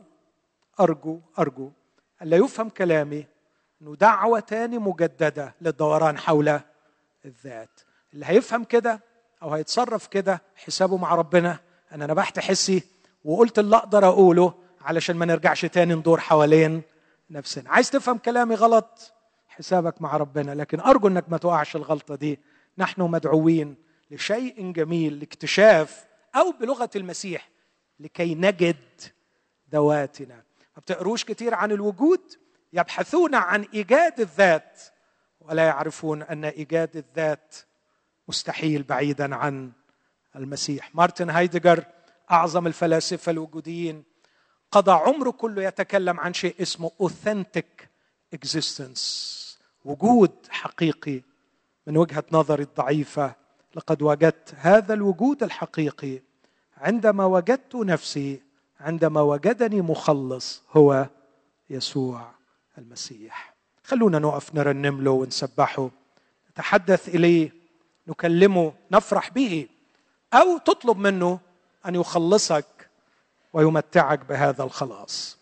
أرجو ألا يفهم كلامي أنه دعوة تاني مجددة للدوران حول الذات. اللي هيفهم كده أو هيتصرف كده حسابه مع ربنا أنا نبحت حسي وقلت اللي أقدر أقوله علشان ما نرجعش تاني ندور حوالين نفسنا. عايز تفهم كلامي غلط، حسابك مع ربنا. لكن أرجو أنك ما تقعش الغلطة دي. نحن مدعوين لشيء جميل، لاكتشاف، أو بلغة المسيح لكي نجد ذواتنا. ما بتقروش كتير عن الوجود، يبحثون عن إيجاد الذات ولا يعرفون أن إيجاد الذات مستحيل بعيدا عن المسيح. مارتن هايدغر أعظم الفلاسفة الوجوديين قضى عمره كله يتكلم عن شيء اسمه authentic existence، وجود حقيقي. من وجهة نظري الضعيفة لقد وجدت هذا الوجود الحقيقي عندما وجدت نفسي، عندما وجدني مخلص هو يسوع المسيح. خلونا نقف نرنم له ونسبحه، نتحدث إليه، نكلمه، نفرح به، أو تطلب منه أن يخلصك ويمتعك بهذا الخلاص.